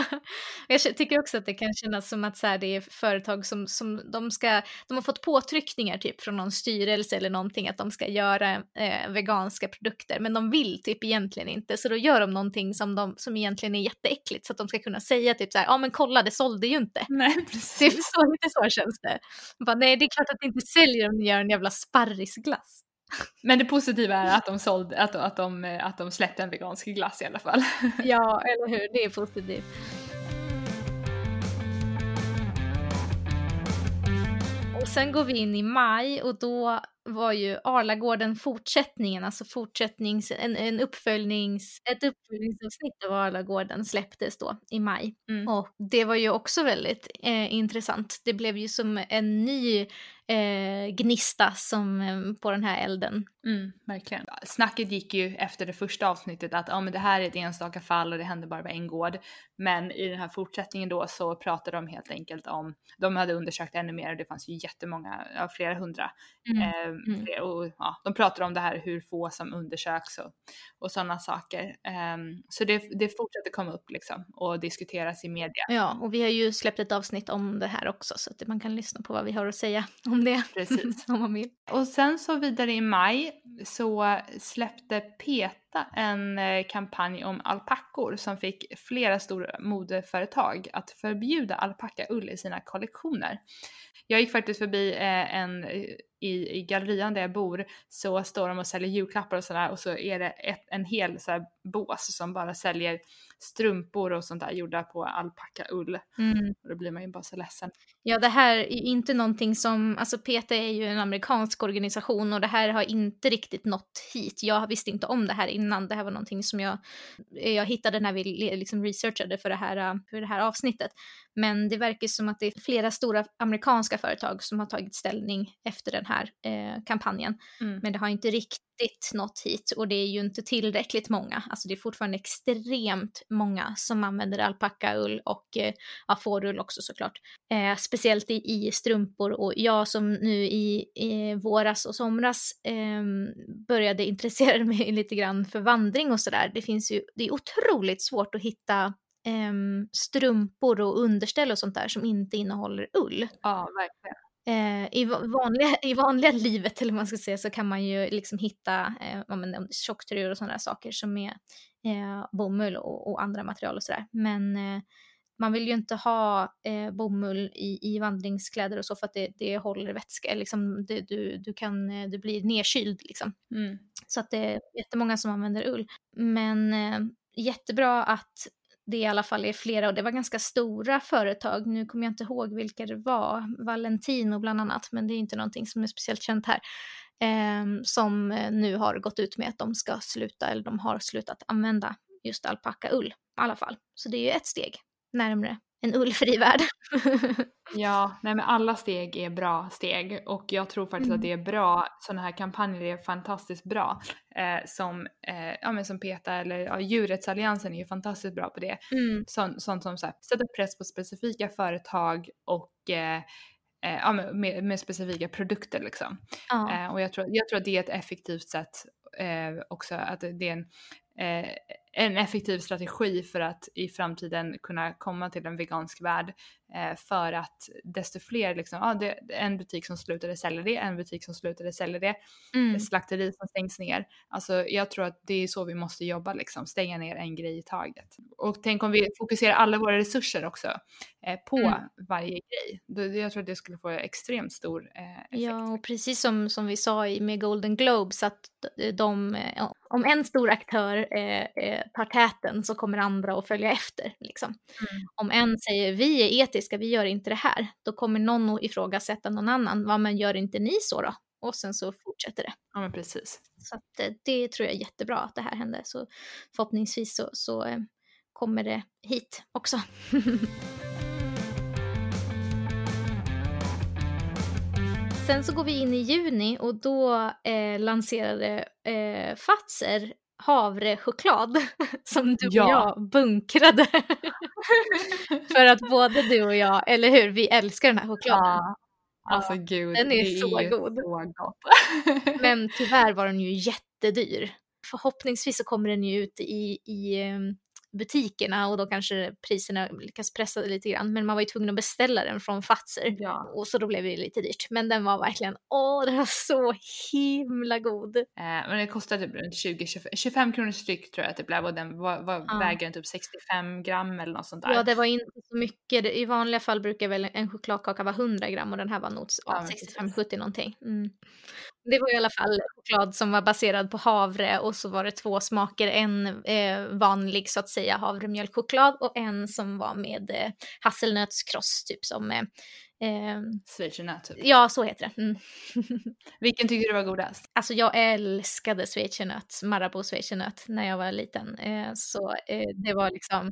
Jag tycker också att det kan kännas som att så här, det är företag som, som de ska, de har fått påtryckningar typ från någon styrelse eller någonting att de ska göra eh, veganska produkter, men de vill typ egentligen inte, så då gör de någonting som, de, som egentligen är jätteäckligt så att de ska kunna säga typ så här, ja men kolla, det sålde ju inte. Nej, precis. Det är så, lite så känns det. Bara, nej, det är klart att det inte säljer om de gör en jävla sparrisglass. Men det positiva är att de, sålde, att, att, de, att de släppte en vegansk glass i alla fall. Ja, eller hur? Det är positivt. Och sen går vi in i maj och då var ju Arlagården fortsättningen, alltså fortsättnings, en, en uppföljnings, ett uppföljningsavsnitt av Arlagården släpptes då i maj. Mm. Och det var ju också väldigt eh, intressant. Det blev ju som en ny eh, gnista som, eh, på den här elden. Mm, verkligen. Snacket gick ju efter det första avsnittet att ja, men det här är ett enstaka fall och det hände bara på en gård. Men i den här fortsättningen då så pratade de helt enkelt om, de hade undersökt ännu mer och det fanns ju jättemånga, ja, flera hundra. Mm. Eh, Mm. fler, och ja, de pratade om det här hur få som undersöks och, och sådana saker. Eh, så det, det fortsätter komma upp liksom och diskuteras i media. Ja, och vi har ju släppt ett avsnitt om det här också så att man kan lyssna på vad vi har att säga om det. Precis. Om man vill. Och sen så vidare i maj så släppte PETA en eh, kampanj om alpackor som fick flera stora modeföretag att förbjuda alpackaull i sina kollektioner. Jag gick faktiskt förbi eh, en i, i gallerian där jag bor, så står de och säljer julklappar och sådär och så är det ett, en hel så här bås som bara säljer strumpor och sånt där gjorda på alpackaull. Mm. Och då blir man ju bara så ledsen. Ja, det här är ju inte någonting som, alltså PETA är ju en amerikansk organisation och det här har inte riktigt nått hit. Jag visste inte om det här innan, det här var någonting som jag, jag hittade när vi liksom researchade för det, här, för det här avsnittet. Men det verkar som att det är flera stora amerikanska företag som har tagit ställning efter den här eh, kampanjen. Mm. Men det har inte riktigt nått hit och det är ju inte tillräckligt många. Alltså det är fortfarande extremt många som använder alpackaull och eh, ja, fårull också såklart. Eh, speciellt i, i strumpor, och jag som nu i, i våras och somras eh, började intressera mig lite grann för vandring och sådär. Det finns ju, det är otroligt svårt att hitta Um, strumpor och underställ och sånt där som inte innehåller ull. Ja, verkligen. Uh, i, vanliga, I vanliga livet, eller man ska säga, så kan man ju liksom hitta uh, tjocktröjor och sådana där saker som är uh, bomull och, och andra material och sådär. Men uh, man vill ju inte ha eh, bomull i, i vandringskläder och så, för att det, det håller vätska, liksom det, du, du kan, eh, du blir nedkyld liksom. Mm. Så att det är jättemånga som använder ull. Men eh, jättebra att det i alla fall är flera, och det var ganska stora företag. Nu kommer jag inte ihåg vilka det var, Valentino bland annat, men det är inte någonting som är speciellt känt här. Eh, som nu har gått ut med att de ska sluta, eller de har slutat använda just alpackaull i alla fall. Så det är ju ett steg närmare en ullfri värld. Ja, nej men alla steg är bra steg, och jag tror faktiskt Mm. att det är bra, sådana här kampanjer är fantastiskt bra, eh, som, eh, ja, men som PETA eller ja, Djurrättsalliansen är ju fantastiskt bra på det. Mm. Sånt, sånt som så här, sätter press på specifika företag och eh, eh, ja, med, med specifika produkter liksom. Ja. Eh, och jag tror, jag tror att det är ett effektivt sätt eh, också, att det är en Eh, en effektiv strategi för att i framtiden kunna komma till en vegansk värld, eh, för att desto fler liksom, ja, det, en butik som slutade sälja det, en butik som slutade sälja det, Mm. slakteri som stängs ner. Alltså jag tror att det är så vi måste jobba liksom, stänga ner en grej i taget. Och tänk om vi fokuserar alla våra resurser också eh, på Mm. varje grej. Då, jag tror att det skulle få extremt stor eh, effekt. Ja, och precis som, som vi sa i, med Golden Globes, att de, om en stor aktör eh, eh, tar täten så kommer andra att följa efter. Liksom. Mm. Om en säger vi är etiska, vi gör inte det här, då kommer någon att ifrågasätta någon annan. Vad, men gör inte ni så då? Och sen så fortsätter det. Ja, men precis. Så att, det tror jag är jättebra att det här händer. Så förhoppningsvis så, så eh, kommer det hit också. Sen så går vi in i juni, och då eh, lanserade eh, Fazer havrechoklad som du Ja. och jag bunkrade. För att både du och jag, eller hur, vi älskar den här chokladen. Ja. Alltså gud, den är det så är god. så gott. Men tyvärr var den ju jättedyr. Förhoppningsvis så kommer den ju ut i, i um, butikerna, och då kanske priserna lyckas pressa lite grann. Men man var ju tvungen att beställa den från Fazer. Ja. Och så då blev det lite dyrt. Men den var verkligen, åh, den var så himla god. Eh, men det kostade typ tjugo till tjugofem kronor styck tror jag att det blev, och den var, var, Ja. väger den typ sextiofem gram eller något sånt där. Ja, det var inte så mycket. I vanliga fall brukar väl en chokladkaka vara hundra gram, och den här var nog Ja, ja, men sextiofem precis. sjuttio någonting. Mm. Det var i alla fall choklad som var baserad på havre, och så var det två smaker. En eh, vanlig så att säga havremjölkchoklad, och en som var med eh, hasselnötskross typ som eh, eh, Schweizernöt typ. ja, så heter det. Mm. Vilken tyckte du var godast? Alltså jag älskade schweizernöt, Marabou schweizernöt när jag var liten. Eh, så eh, det var liksom,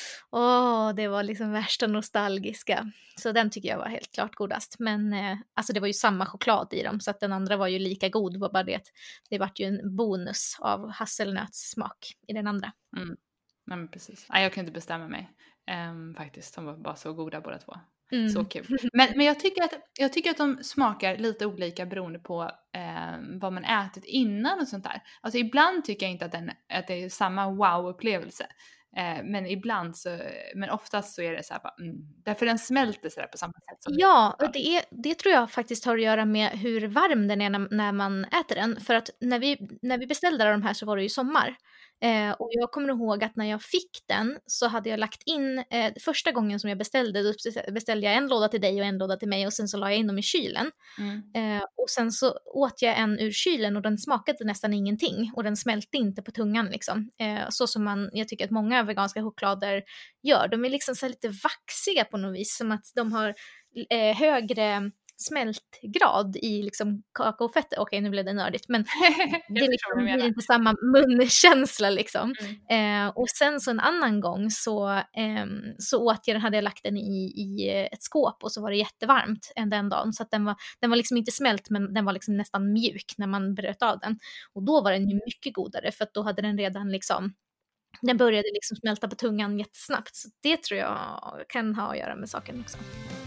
åh, det var liksom värsta nostalgiska. Så den tycker jag var helt klart godast. Men eh, alltså det var ju samma choklad i dem, så att den andra var ju lika god. Det var bara det att det var ju en bonus av hasselnötssmak i den andra. Mm. Nej, men precis. Nej, jag kan inte bestämma mig. Um, faktiskt, de var bara så goda båda två. Mm. Så kul. Men, men jag, tycker att, jag tycker att de smakar lite olika beroende på eh, vad man ätit innan och sånt där. Alltså ibland tycker jag inte att, den, att det är samma wow-upplevelse. Eh, men ibland så, men oftast så är det så här bara, mm, därför den smälter så där på samma sätt som Ja, och det, är, det tror jag faktiskt har att göra med hur varm den är när, när man äter den. För att när vi, när vi beställde de här så var det ju sommar. Eh, och jag kommer ihåg att när jag fick den så hade jag lagt in, eh, första gången som jag beställde, då beställde jag en låda till dig och en låda till mig, och sen så la jag in dem i kylen. Mm. Eh, och sen så åt jag en ur kylen, och den smakade nästan ingenting, och den smälte inte på tungan liksom. Eh, så som man, jag tycker att många veganska choklader gör. De är liksom så här lite vaxiga på något vis, som att de har eh, högre smältgrad i liksom kakaofettet. Okej, nu blev det nördigt, men det liksom blir inte samma munkänsla liksom. Mm. Eh, och sen så en annan gång så, eh, så åt jag den, hade jag lagt den i, i ett skåp, och så var det jättevarmt än den dagen, så att den var, den var liksom inte smält, men den var liksom nästan mjuk när man bröt av den. Och då var den ju mycket godare, för att då hade den redan liksom, den började liksom smälta på tungan jättesnabbt. Så det tror jag kan ha att göra med saken också.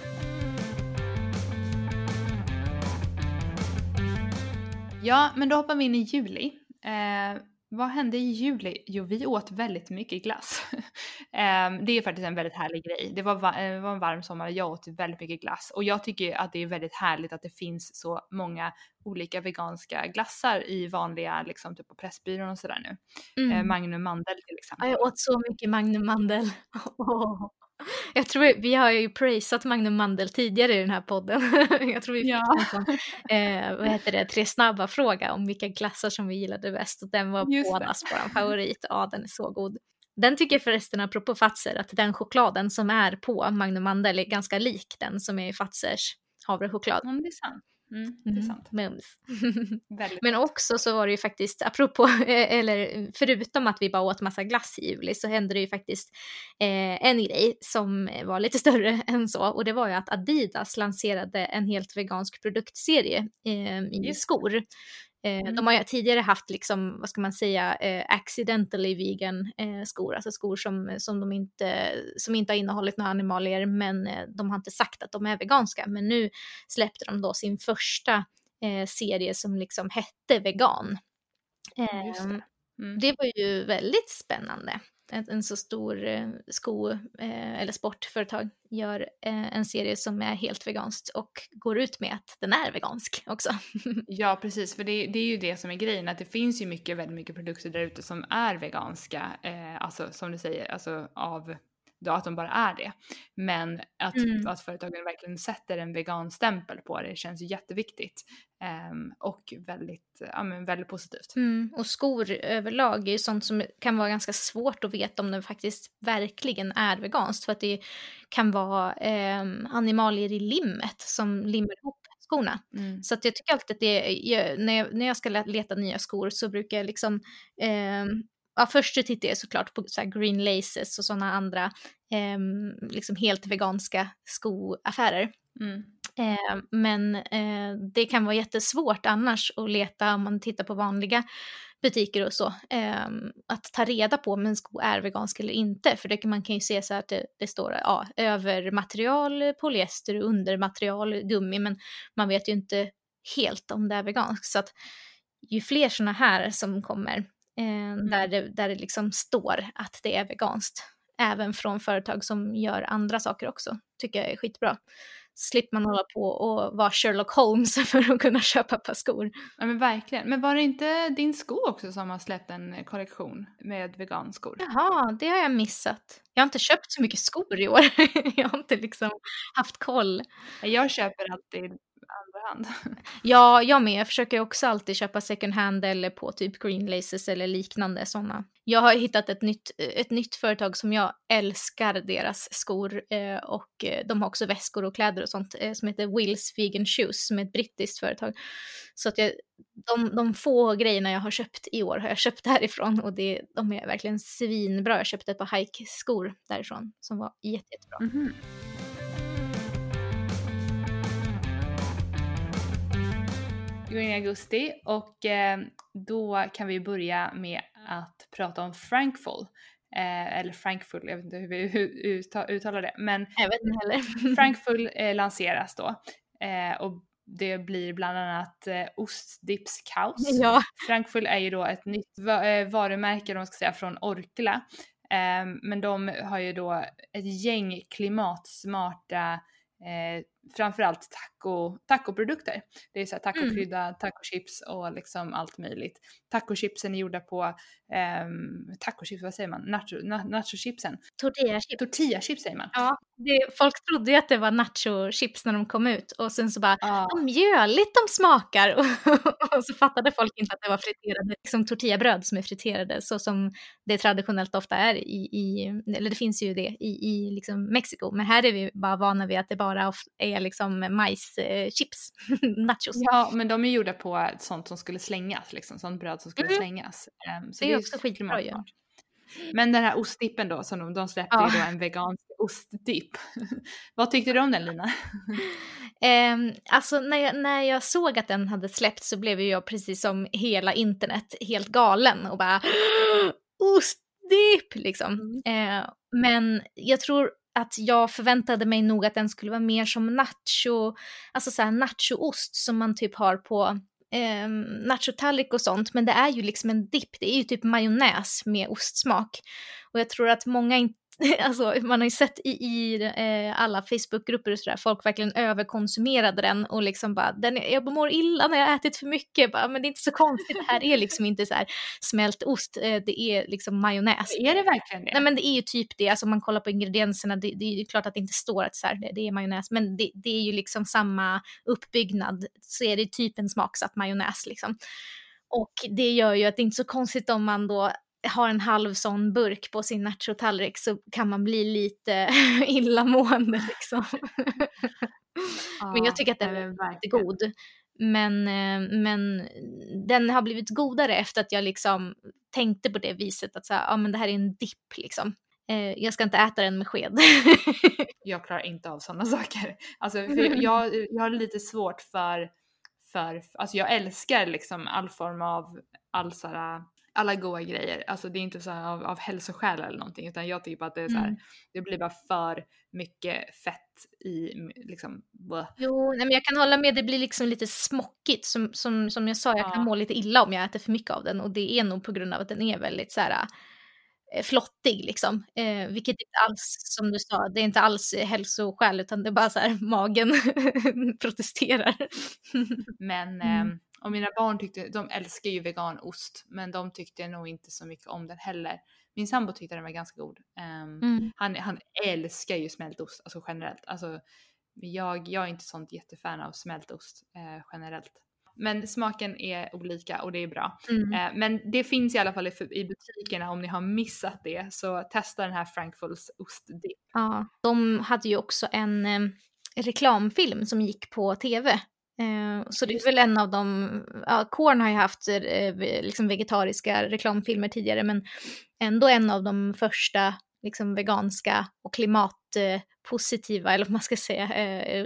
Ja, men då hoppar vi in i juli. Eh, vad hände i juli? Jo, vi åt väldigt mycket glass. eh, det är faktiskt en väldigt härlig grej. Det var, va- det var en varm sommar, jag åt väldigt mycket glass. Och jag tycker att det är väldigt härligt att det finns så många olika veganska glassar i vanliga, liksom typ på Pressbyrån och sådär nu. Mm. Eh, Magnum Mandel till exempel. Ja, jag åt så mycket Magnum Mandel. Jag tror vi har ju praisat Magnum Mandel tidigare i den här podden. Jag tror vi fick Ja. en sån, eh, vad heter det, tre snabba fråga om vilka glassar som vi gillade bäst. Och den var Just bådas vår favorit. Ja, den är så god. Den tycker jag förresten, apropå Fazer, att den chokladen som är på Magnum Mandel är ganska lik den som är i Fazers havrechoklad. Ja, men det är sant. Mm, det är Mm, sant. mums. Väldigt Men gott. också så var det ju faktiskt, apropå, eller förutom att vi bara åt massa glass i juli, så hände det ju faktiskt eh, en grej som var lite större än så. Och det var ju att Adidas lanserade en helt vegansk produktserie eh, i Just. skor. Eh, Mm. De har ju tidigare haft, liksom, vad ska man säga, eh, accidentally vegan eh, skor, alltså skor som, som, de inte, som inte har innehållit några animalier, men eh, de har inte sagt att de är veganska. Men nu släppte de då sin första eh, serie som liksom hette vegan. Eh, Just det. Mm. det var ju väldigt spännande. En, en så stor eh, sko eh, eller sportföretag gör eh, en serie som är helt veganskt och går ut med att den är vegansk också. Ja, precis. För det, det är ju det som är grejen, att det finns ju mycket, väldigt mycket produkter där ute som är veganska. Eh, alltså som du säger, alltså av då att de bara är det. Men att, Mm. att företagen verkligen sätter en veganstämpel på det känns ju jätteviktigt. Ehm, och väldigt, ja, men väldigt positivt. Mm, och skor överlag är ju sånt som kan vara ganska svårt att veta om den faktiskt verkligen är veganskt. För att det kan vara eh, animalier i limmet som limmar ihop skorna. Mm. Så att jag tycker alltid att det, jag, när, jag, när jag ska leta nya skor så brukar jag liksom... Eh, ja, först så tittar jag såklart på så här green laces och sådana andra eh, liksom helt veganska skoaffärer. Mm. Eh, men eh, det kan vara jättesvårt annars att leta om man tittar på vanliga butiker och så. Eh, att ta reda på om en sko är vegansk eller inte. För det kan, man kan ju se så här att det, det står ja, över material polyester och under material gummi. Men man vet ju inte helt om det är veganskt. Så att ju fler sådana här som kommer eh, mm. där, det, där det liksom står att det är veganskt. Även från företag som gör andra saker också. Tycker jag är skitbra. Slipper man hålla på och vara Sherlock Holmes för att kunna köpa ett par skor. Ja, men verkligen. Men var det inte din sko också som har släppt en kollektion med veganskor? Jaha, det har jag missat. Jag har inte köpt så mycket skor i år. Jag har inte liksom haft koll. Jag köper alltid andra hand. Ja, jag med. Jag försöker också alltid köpa second hand eller på typ green laces eller liknande sådana. Jag har hittat ett nytt, ett nytt företag som jag älskar deras skor eh, och eh, de har också väskor och kläder och sånt eh, som heter Will's Vegan Shoes som är ett brittiskt företag. Så att jag, de, de få grejerna jag har köpt i år har jag köpt därifrån och det, de är verkligen svinbra. Jag köpte ett par hike-skor därifrån som var jätte, jättebra. Mm-hmm. Vi går in i augusti och eh, då kan vi börja med att prata om Frankful. Eh, eller Frankful, jag vet inte hur vi uttalar det. Men jag vet inte heller. Frankful eh, lanseras då. Eh, och det blir bland annat eh, ostdipskaus. Ja. Frankful är ju då ett nytt va- eh, varumärke, om man ska säga, från Orkla. Eh, men de har ju då ett gäng klimatsmarta Eh, framförallt taco, tacoprodukter. Det är så här tacokrydda, mm. tacochips och liksom allt möjligt. Tacochipsen är gjorda på eh, tacochips, vad säger man? Nacho, na, nachochipsen. Tortillachips. Tortillachips säger man. Ja, det, folk trodde ju att det var nachochips när de kom ut och sen så bara, ah. vad mjöligt de smakar och, och så fattade folk inte att det var friterade, liksom tortillabröd som är friterade så som det traditionellt ofta är i, i eller det finns ju det i, i liksom Mexiko, men här är vi bara vana vid att det bara är liksom majschips, nachos. Ja, men de är gjorda på sånt som skulle slängas, liksom, sånt bröd som skulle mm. slängas. Um, så det är det också skitbra ju. Men den här ostdippen då, som de, de släppte ja. ju då en vegansk ostdipp. Vad tyckte du om den, Lina? um, alltså när jag, när jag såg att den hade släppt så blev jag precis som hela internet helt galen och bara ostdipp liksom. Mm. Uh, men jag tror att jag förväntade mig nog att den skulle vara mer som nacho, alltså så här nachoost som man typ har på eh, nachotallrik och sånt, men det är ju liksom en dipp, det är ju typ majonnäs med ostsmak och jag tror att många inte alltså man har ju sett i, i eh, alla Facebookgrupper och sådär, folk verkligen överkonsumerade den och liksom bara, den, jag mår illa när jag har ätit för mycket, bara, men det är inte så konstigt, det här är liksom inte så här smält ost, eh, det är liksom majonnäs. Är det verkligen det? Nej men det är ju typ det, alltså om man kollar på ingredienserna, det, det är ju klart att det inte står att så här, det, det är majonnäs, men det, det är ju liksom samma uppbyggnad, så är det typ en smaksatt majonnäs liksom. Och det gör ju att det är inte så konstigt om man då har en halv sån burk på sin nachotallrik, så kan man bli lite illamående liksom. Ja, men jag tycker att den är jättegod. Men, men den har blivit godare efter att jag liksom tänkte på det viset att så här, ja, men det här är en dipp liksom. Jag ska inte äta den med sked. Jag klarar inte av sådana saker. Alltså, för jag, jag har lite svårt för, för, alltså jag älskar liksom all form av all sådär, alla goda grejer. Alltså det är inte så här av, av hälsoskäl eller någonting, utan jag tycker att det är så här, mm. det blir bara för mycket fett i liksom. Bleh. Jo, nej, men jag kan hålla med, det blir liksom lite smockigt som, som, som jag sa, jag ja. kan må lite illa om jag äter för mycket av den, och det är nog på grund av att den är väldigt så här flottig liksom, eh, vilket inte alls, som du sa, det är inte alls hälsoskäl, utan det är bara så här magen protesterar. Men mm. eh, och mina barn tyckte, de älskar ju veganost, men de tyckte nog inte så mycket om den heller. Min sambo tyckte den var ganska god. Um, mm. han, han älskar ju smältost, alltså generellt. Alltså, jag, jag är inte sånt jättefan av smältost eh, generellt. Men smaken är olika och det är bra. Mm. Eh, men det finns i alla fall i, i butikerna, om ni har missat det, så testa den här Frankfurts ostdipp. Ja, de hade ju också en eh, reklamfilm som gick på tv. Eh, så det är väl en av de, ja, Korn har ju haft eh, liksom vegetariska reklamfilmer tidigare, men ändå en av de första liksom veganska och klimatpositiva, eller vad man ska säga, eh,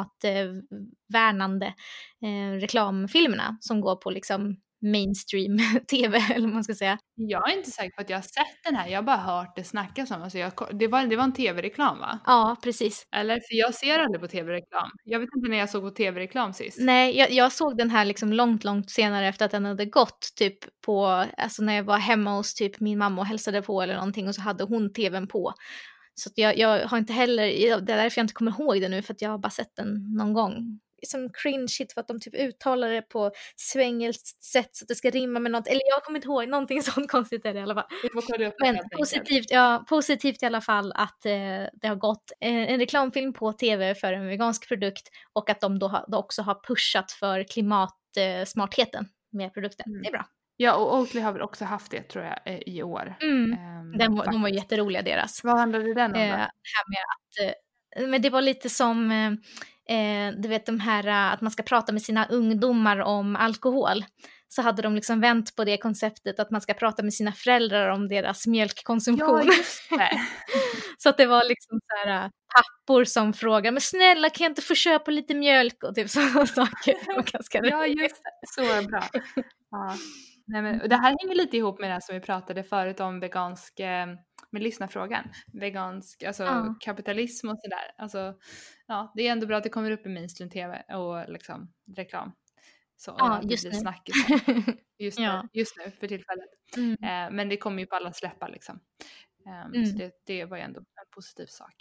klimatvärnande eh, reklamfilmerna som går på liksom mainstream tv, eller vad man ska säga. Jag är inte säker på att jag har sett den här, jag har bara hört det snackas om. Alltså jag, det, var, det var en tv-reklam, va? Ja, precis. Eller, för jag ser aldrig på tv-reklam. Jag vet inte när jag såg på tv-reklam sist. Nej, jag, jag såg den här liksom långt, långt senare efter att den hade gått, typ på, alltså när jag var hemma hos typ min mamma och hälsade på eller någonting, och så hade hon tvn på. Så att jag, jag har inte heller, det är därför jag inte kommer ihåg det nu, för att jag har bara sett den någon gång. Som cringe shit, för att de typ uttalar det på svängelskt sätt så att det ska rimma med något, eller jag kommer inte ihåg, någonting sånt konstigt är det i alla fall. Men positivt, ja, positivt i alla fall att eh, det har gått eh, en reklamfilm på tv för en vegansk produkt, och att de då, ha, då också har pushat för klimatsmartheten eh, med produkten. Mm. Det är bra. Ja, och Oatly har väl också haft det, tror jag, i år. Mm. Um, den, de var jätteroliga deras. Vad handlade den om då? Eh, här med att, eh, men det var lite som eh, Eh, du vet de här uh, att man ska prata med sina ungdomar om alkohol, så hade de liksom vänt på det konceptet att man ska prata med sina föräldrar om deras mjölkkonsumtion. Ja, just det. Så att det var liksom så här, uh, pappor som frågar, men snälla kan jag inte få köpa lite mjölk, och typ sådana saker. Ja, just det. Så bra. Ja. Nej, men det här hänger lite ihop med det som vi pratade förut om vegansk, med lyssnarfrågan, vegansk, alltså ja. kapitalism och sådär. Alltså, ja, det är ändå bra att det kommer upp i mainstream tv och liksom reklam. Så ja, just det nu. Snackis just, ja. nu, just nu för tillfället. Mm. Eh, men det kommer ju på alla släppar liksom. Eh, mm. Så det, det var ju ändå en positiv sak.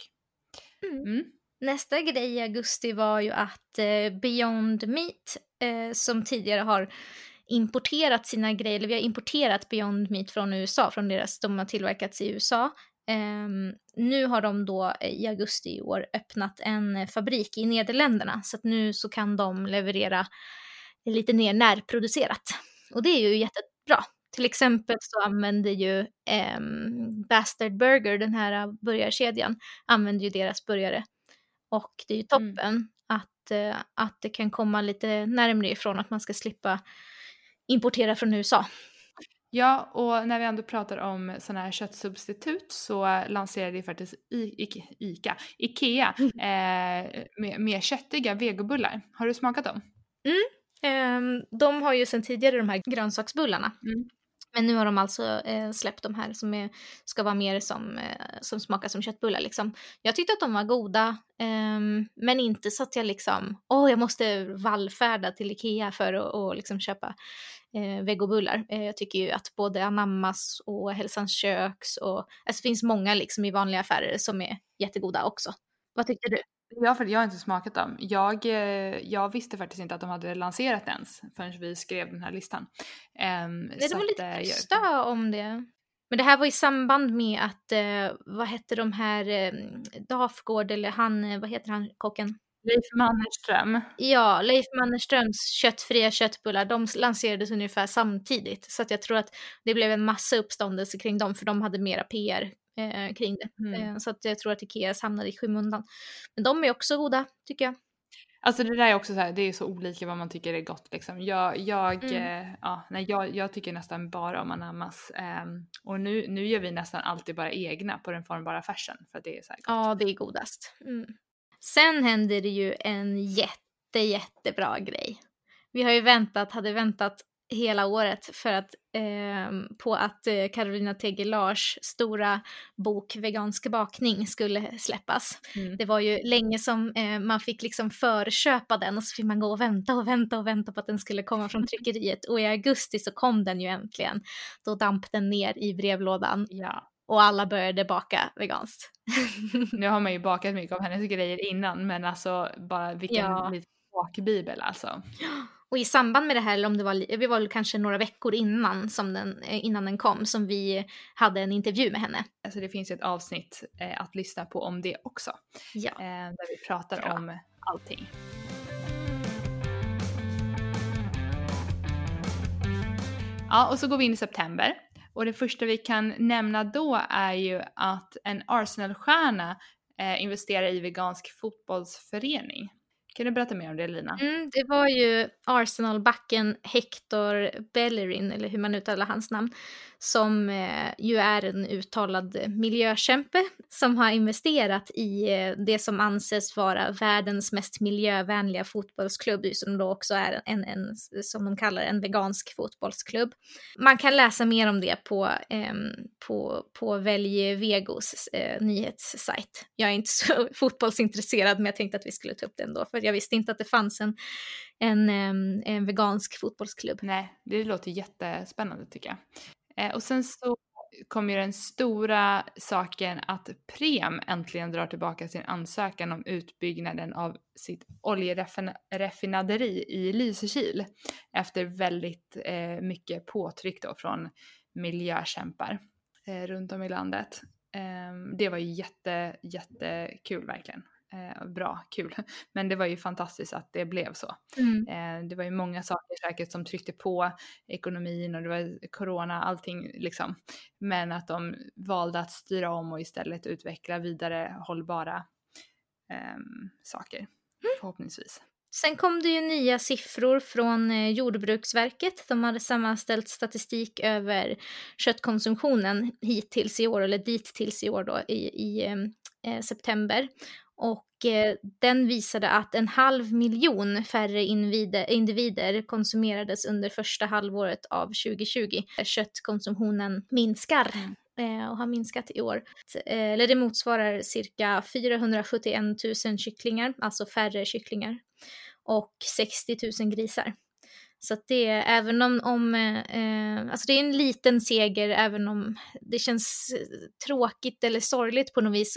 Mm. Mm. Nästa grej i augusti var ju att eh, Beyond Meat, eh, som tidigare har importerat sina grejer, eller vi har importerat Beyond Meat från U S A, från deras, de har tillverkats i U S A. Um, nu har de då i augusti i år öppnat en fabrik i Nederländerna, så att nu så kan de leverera lite mer närproducerat, och det är ju jättebra. Till exempel så använder ju um, Bastard Burger, den här burgarkedjan, använder ju deras burgare, och det är ju toppen mm. att, uh, att det kan komma lite närmare ifrån, att man ska slippa importera från U S A. Ja, och när vi ändå pratar om sådana här köttsubstitut, så lanserade ju faktiskt I- I- Ica, Ikea mm. eh, med, med köttiga vegobullar. Har du smakat dem? Mm. Um, de har ju sedan tidigare de här grönsaksbullarna. Mm. Men nu har de alltså eh, släppt de här som är, ska vara mer som, eh, som smakar som köttbullar liksom. Jag tyckte att de var goda, ehm, men inte så att jag liksom, åh jag måste vallfärda till Ikea för att och liksom köpa eh, vegobullar. Eh, jag tycker ju att både Anammas och Hälsans köks och, alltså det finns många liksom i vanliga affärer som är jättegoda också. Vad tyckte du? Ja, för jag har inte smakat dem. Jag, eh, jag visste faktiskt inte att de hade lanserat ens förrän vi skrev den här listan. Um, Nej, det var lite att, eh, tysta jag... om det. Men det här var i samband med att, eh, vad hette de här, eh, Dafgård eller han, eh, vad heter han, kocken? Leif Mannerström. Ja, Leif Mannerströms köttfria köttbullar, de lanserades ungefär samtidigt. Så att jag tror att det blev en massa uppståndelse kring dem, för de hade mera P R eh, kring det. Mm. Eh, så att jag tror att Ikea hamnade i skymundan. Men de är också goda, tycker jag. Alltså det där är också så här, det är så olika vad man tycker är gott liksom. Jag, jag, Mm. eh, ja, nej, jag, jag tycker nästan bara om Anammas. Um, och nu, nu gör vi nästan alltid bara egna på den formbara färsen för att det är så här gott. Ja, det är godast. Mm. Sen händer det ju en jätte, jättebra grej. Vi har ju väntat, hade väntat hela året för att, eh, på att eh, Carolina Tegelars stora bok Vegansk bakning skulle släppas. Mm. Det var ju länge som eh, man fick liksom förköpa den och så fick man gå och vänta och vänta och vänta på att den skulle komma från tryckeriet. Och i augusti så kom den ju äntligen. Då damp den ner i brevlådan. Ja. Och alla började baka veganskt. Nu har man ju bakat mycket av hennes grejer innan, men alltså bara vilken Ja. liten bakbibel alltså. Och i samband med det här, eller om det var, vi var kanske några veckor innan, som den, innan den kom, som vi hade en intervju med henne. Alltså det finns ju ett avsnitt eh, att lyssna på om det också. Ja. Eh, där vi pratar Bra. om allting. Ja, och så går vi in i september. Och det första vi kan nämna då är ju att en Arsenal-stjärna eh, investerar i vegansk fotbollsförening. Kan du berätta mer om det, Lina? Mm, det var ju Arsenal-backen Hector Bellerin, eller hur man uttalar hans namn, som eh, ju är en uttalad miljökämpe som har investerat i eh, det som anses vara världens mest miljövänliga fotbollsklubb, som då också är en, en, som de kallar en vegansk fotbollsklubb. Man kan läsa mer om det på, eh, på, på Välj Vegos eh, nyhetssajt. Jag är inte så fotbollsintresserad, men jag tänkte att vi skulle ta upp det ändå, för jag visste inte att det fanns en, en, en, en vegansk fotbollsklubb. Nej, det låter jättespännande tycker jag. Eh, och sen så kommer ju den stora saken att Prem äntligen drar tillbaka sin ansökan om utbyggnaden av sitt oljeraffinaderi i Lysekil efter väldigt eh, mycket påtryck då från miljökämpar eh, runt om i landet. Eh, det var ju jätte, jättekul verkligen. Eh, bra, kul. Men det var ju fantastiskt att det blev så. Mm. Eh, det var ju många saker säkert som tryckte på ekonomin och det var corona, allting liksom. Men att de valde att styra om och istället utveckla vidare hållbara eh, saker, mm. förhoppningsvis. Sen kom det ju nya siffror från eh, Jordbruksverket. De hade sammanställt statistik över köttkonsumtionen hittills i år, eller dittills i år då, i, i eh, september. Och eh, den visade att en halv miljon färre individer, individer konsumerades under första halvåret av tjugo tjugo. Köttkonsumtionen minskar. Mm. Och har minskat i år. Eller det motsvarar cirka fyrahundrasjuttioen tusen kycklingar, alltså färre kycklingar, och sextio tusen grisar. Så att det är, även om, om eh, alltså det är en liten seger, även om det känns tråkigt eller sorgligt på något vis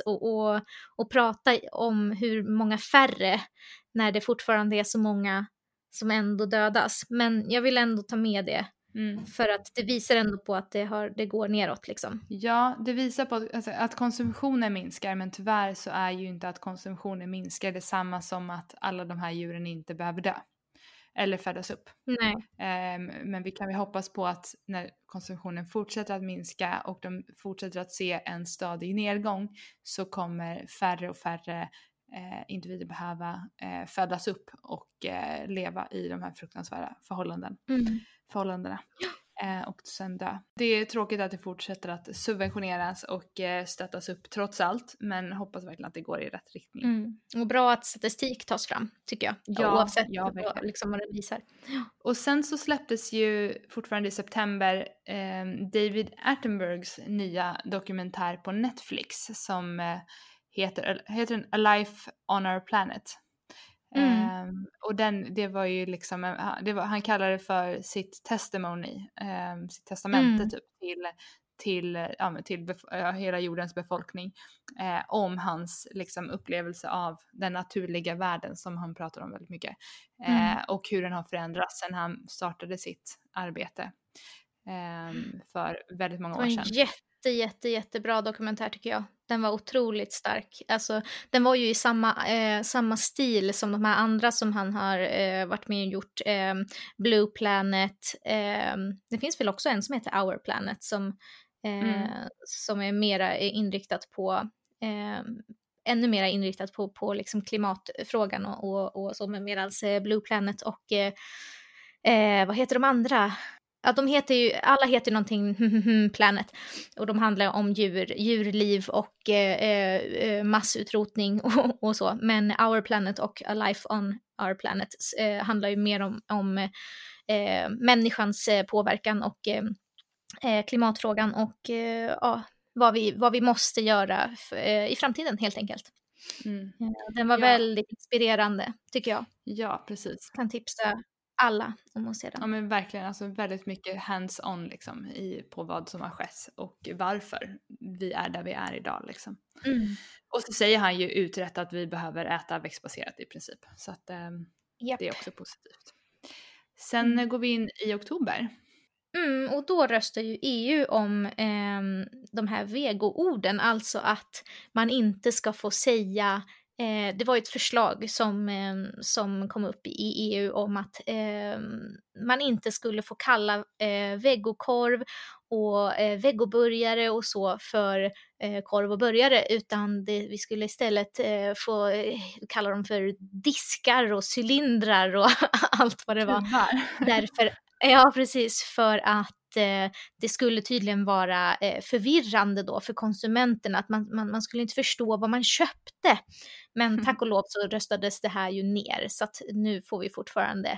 att prata om hur många färre, när det fortfarande är så många som ändå dödas. Men jag vill ändå ta med det. Mm. För att det visar ändå på att det, har, det går neråt liksom. Ja, det visar på att, alltså, att konsumtionen minskar, men tyvärr så är ju inte att konsumtionen minskar detsamma som att alla de här djuren inte behöver dö. Eller födas upp. Nej. Um, men vi kan vi hoppas på att när konsumtionen fortsätter att minska och de fortsätter att se en stadig nedgång, så kommer färre och färre eh, individer behöva eh, födas upp och eh, leva i de här fruktansvärda förhållanden. Mm. förhållandena. eh, och sen dö. Det är tråkigt att det fortsätter att subventioneras och eh, stöttas upp trots allt, men hoppas verkligen att det går i rätt riktning. Mm. Och bra att statistik tas fram, tycker jag. Ja, oavsett ja, vad, verkligen. liksom, vad det visar. Och sen så släpptes ju fortfarande i september eh, David Attenboroughs nya dokumentär på Netflix som eh, heter, heter den A Life on Our Planet. Mm. Um, och den, det var ju liksom, uh, det var, han kallade det för sitt testimony, um, sitt testamente Mm. typ till, till, uh, till bef- uh, hela jordens befolkning uh, om hans liksom upplevelse av den naturliga världen som han pratar om väldigt mycket. Uh, Mm. och hur den har förändrats sedan han startade sitt arbete um, för väldigt många år Det sedan. var en jätte, jätte, jättebra dokumentär tycker jag. Den var otroligt stark. Alltså, den var ju i samma, eh, samma stil som de här andra som han har eh, varit med och gjort. Eh, Blue Planet. Eh, det finns väl också en som heter Our Planet som, eh, Mm. som är mera inriktat på eh, ännu mer inriktat på, på liksom klimatfrågan och, och, och så, men medan Blue Planet och eh, eh, vad heter de andra? Ja, de heter ju, alla heter någonting Planet och de handlar om djur, djurliv och eh, eh, massutrotning och, och så. Men Our Planet och A Life on Our Planet eh, handlar ju mer om, om eh, människans eh, påverkan och eh, klimatfrågan och eh, ja, vad, vi, vad vi måste göra f- eh, i framtiden helt enkelt. Mm. Den var Ja. väldigt inspirerande tycker jag. Ja, precis. Kan tipsa alla om att se den. Ja men verkligen, alltså väldigt mycket hands-on liksom i, på vad som har skett och varför vi är där vi är idag liksom. Mm. Och så säger han ju uträtt att vi behöver äta växtbaserat i princip. Så att eh, Japp. det är också positivt. Sen Mm. går vi in i oktober. Mm, och då röstar ju E U om eh, de här vegoorden, alltså att man inte ska få säga, eh, det var ju ett förslag som, eh, som kom upp i E U om att eh, man inte skulle få kalla eh, vegokorv och eh, vegoburgare och så för eh, korv och burgare, utan det, vi skulle istället eh, få eh, kalla dem för diskar och cylindrar och allt vad det var. Därför, ja, precis, för att eh, det skulle tydligen vara eh, förvirrande då för konsumenterna, att man, man, man skulle inte förstå vad man köpte. Men Mm. tack och lov så röstades det här ju ner, så att nu får vi fortfarande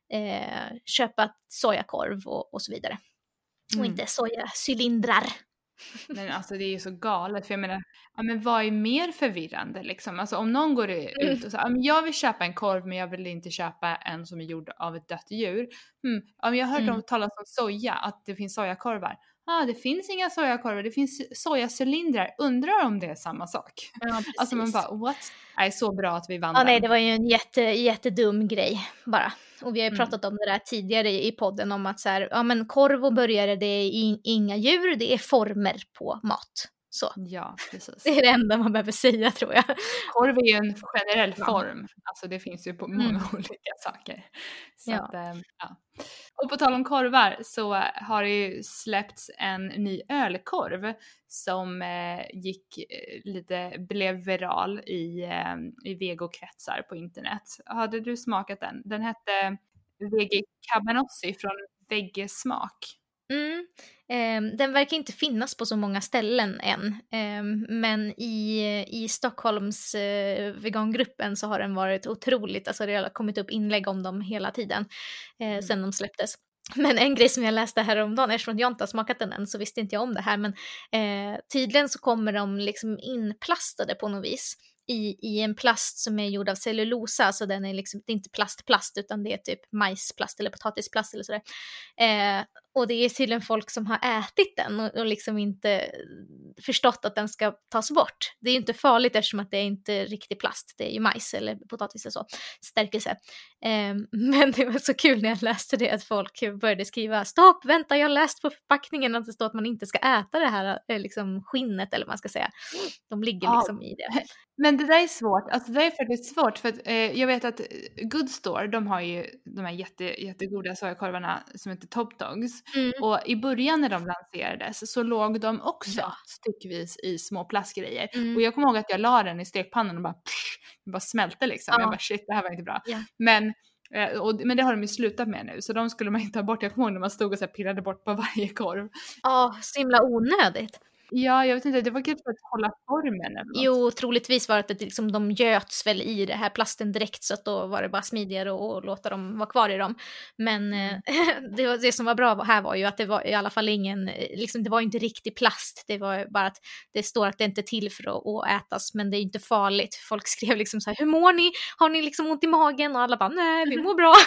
eh, köpa sojakorv och, och så vidare. Mm. Och inte sojacylindrar. Men alltså det är ju så galet, för jag menar, ja, men vad är mer förvirrande liksom? Alltså om någon går ut och säger, ja, men jag vill köpa en korv men jag vill inte köpa en som är gjord av ett dött djur. Mm. Ja, men jag har hört Mm. om talas om soja, att det finns sojakorvar. Ja, ah, det finns inga sojakorvar, det finns sojacylindrar. Undrar om det är samma sak. Ja, alltså man bara, what? Nej, så bra att vi vann Ja, den. nej, det var ju en jätte, jättedum grej bara. Och vi har ju Mm. pratat om det där tidigare i podden om att så här, ja men korv och burgare, det är in, inga djur, det är former på mat. Så. Ja, precis. Det är det enda man behöver säga, tror jag. Korv är ju en generell Ja. form. Alltså det finns ju på många Mm. olika saker. Så Ja. att, äm, ja. Och på tal om korvar så har det ju släppts en ny ölkorv som eh, gick eh, lite, blev viral i, eh, i vegokretsar på internet. Hade du smakat den? Den hette Veggie Cabanossi från Veggesmak. Mm. Eh, den verkar inte finnas på så många ställen än, eh, men i, i Stockholms eh, vegangruppen så har den varit otroligt, alltså det har kommit upp inlägg om dem hela tiden eh, Mm. sen de släpptes. Men en grej som jag läste häromdagen, eftersom jag inte har smakat den än så visste inte jag om det här, men eh, tydligen så kommer de liksom inplastade på något vis i, i en plast som är gjord av cellulosa, så den är liksom, det är inte plastplast utan det är typ majsplast eller potatisplast eller sådär. Eh, och det är tydligen folk som har ätit den och, och liksom inte förstått att den ska tas bort. Det är ju inte farligt eftersom att det är inte riktig plast, det är ju majs eller potatis eller så, stärkelse. Eh, men det var så kul när jag läste det att folk började skriva, stopp, vänta, jag har läst på förpackningen att det står att man inte ska äta det här eh, liksom skinnet eller vad man ska säga. De ligger Ja. liksom i det. Men det där är svårt, alltså det där är faktiskt svårt för att eh, jag vet att Good Store, de har ju de här jätte, jättegoda sojakorvarna som heter Top Dogs. Mm. Och i början när de lanserades så låg de också Ja. styckvis i små plastgrejer. Mm. Och jag kommer ihåg att jag la den i stekpannan och bara, pff, det bara smälte liksom. Ja. Jag bara shit, det här var inte bra. Ja. Men Eh, och, men det har de ju slutat med nu, så de skulle man inte ta bort. Jag kommer ihåg när man stod och så här pillade bort på varje korv. Ja, så himla onödigt. Ja, jag vet inte, det var kanske för att hålla formen eller något. Jo, troligtvis var det att det liksom, de göts väl i det här plasten direkt, så att då var det bara smidigare att låta dem vara kvar i dem. Men Mm. det, var, det som var bra här var ju att det var i alla fall ingen, liksom, det var inte riktig plast. Det var bara att det står att det inte är till för att, att ätas, men det är inte farligt. Folk skrev liksom så här, hur mår ni? Har ni liksom ont i magen? Och alla bara, nej, vi mår bra.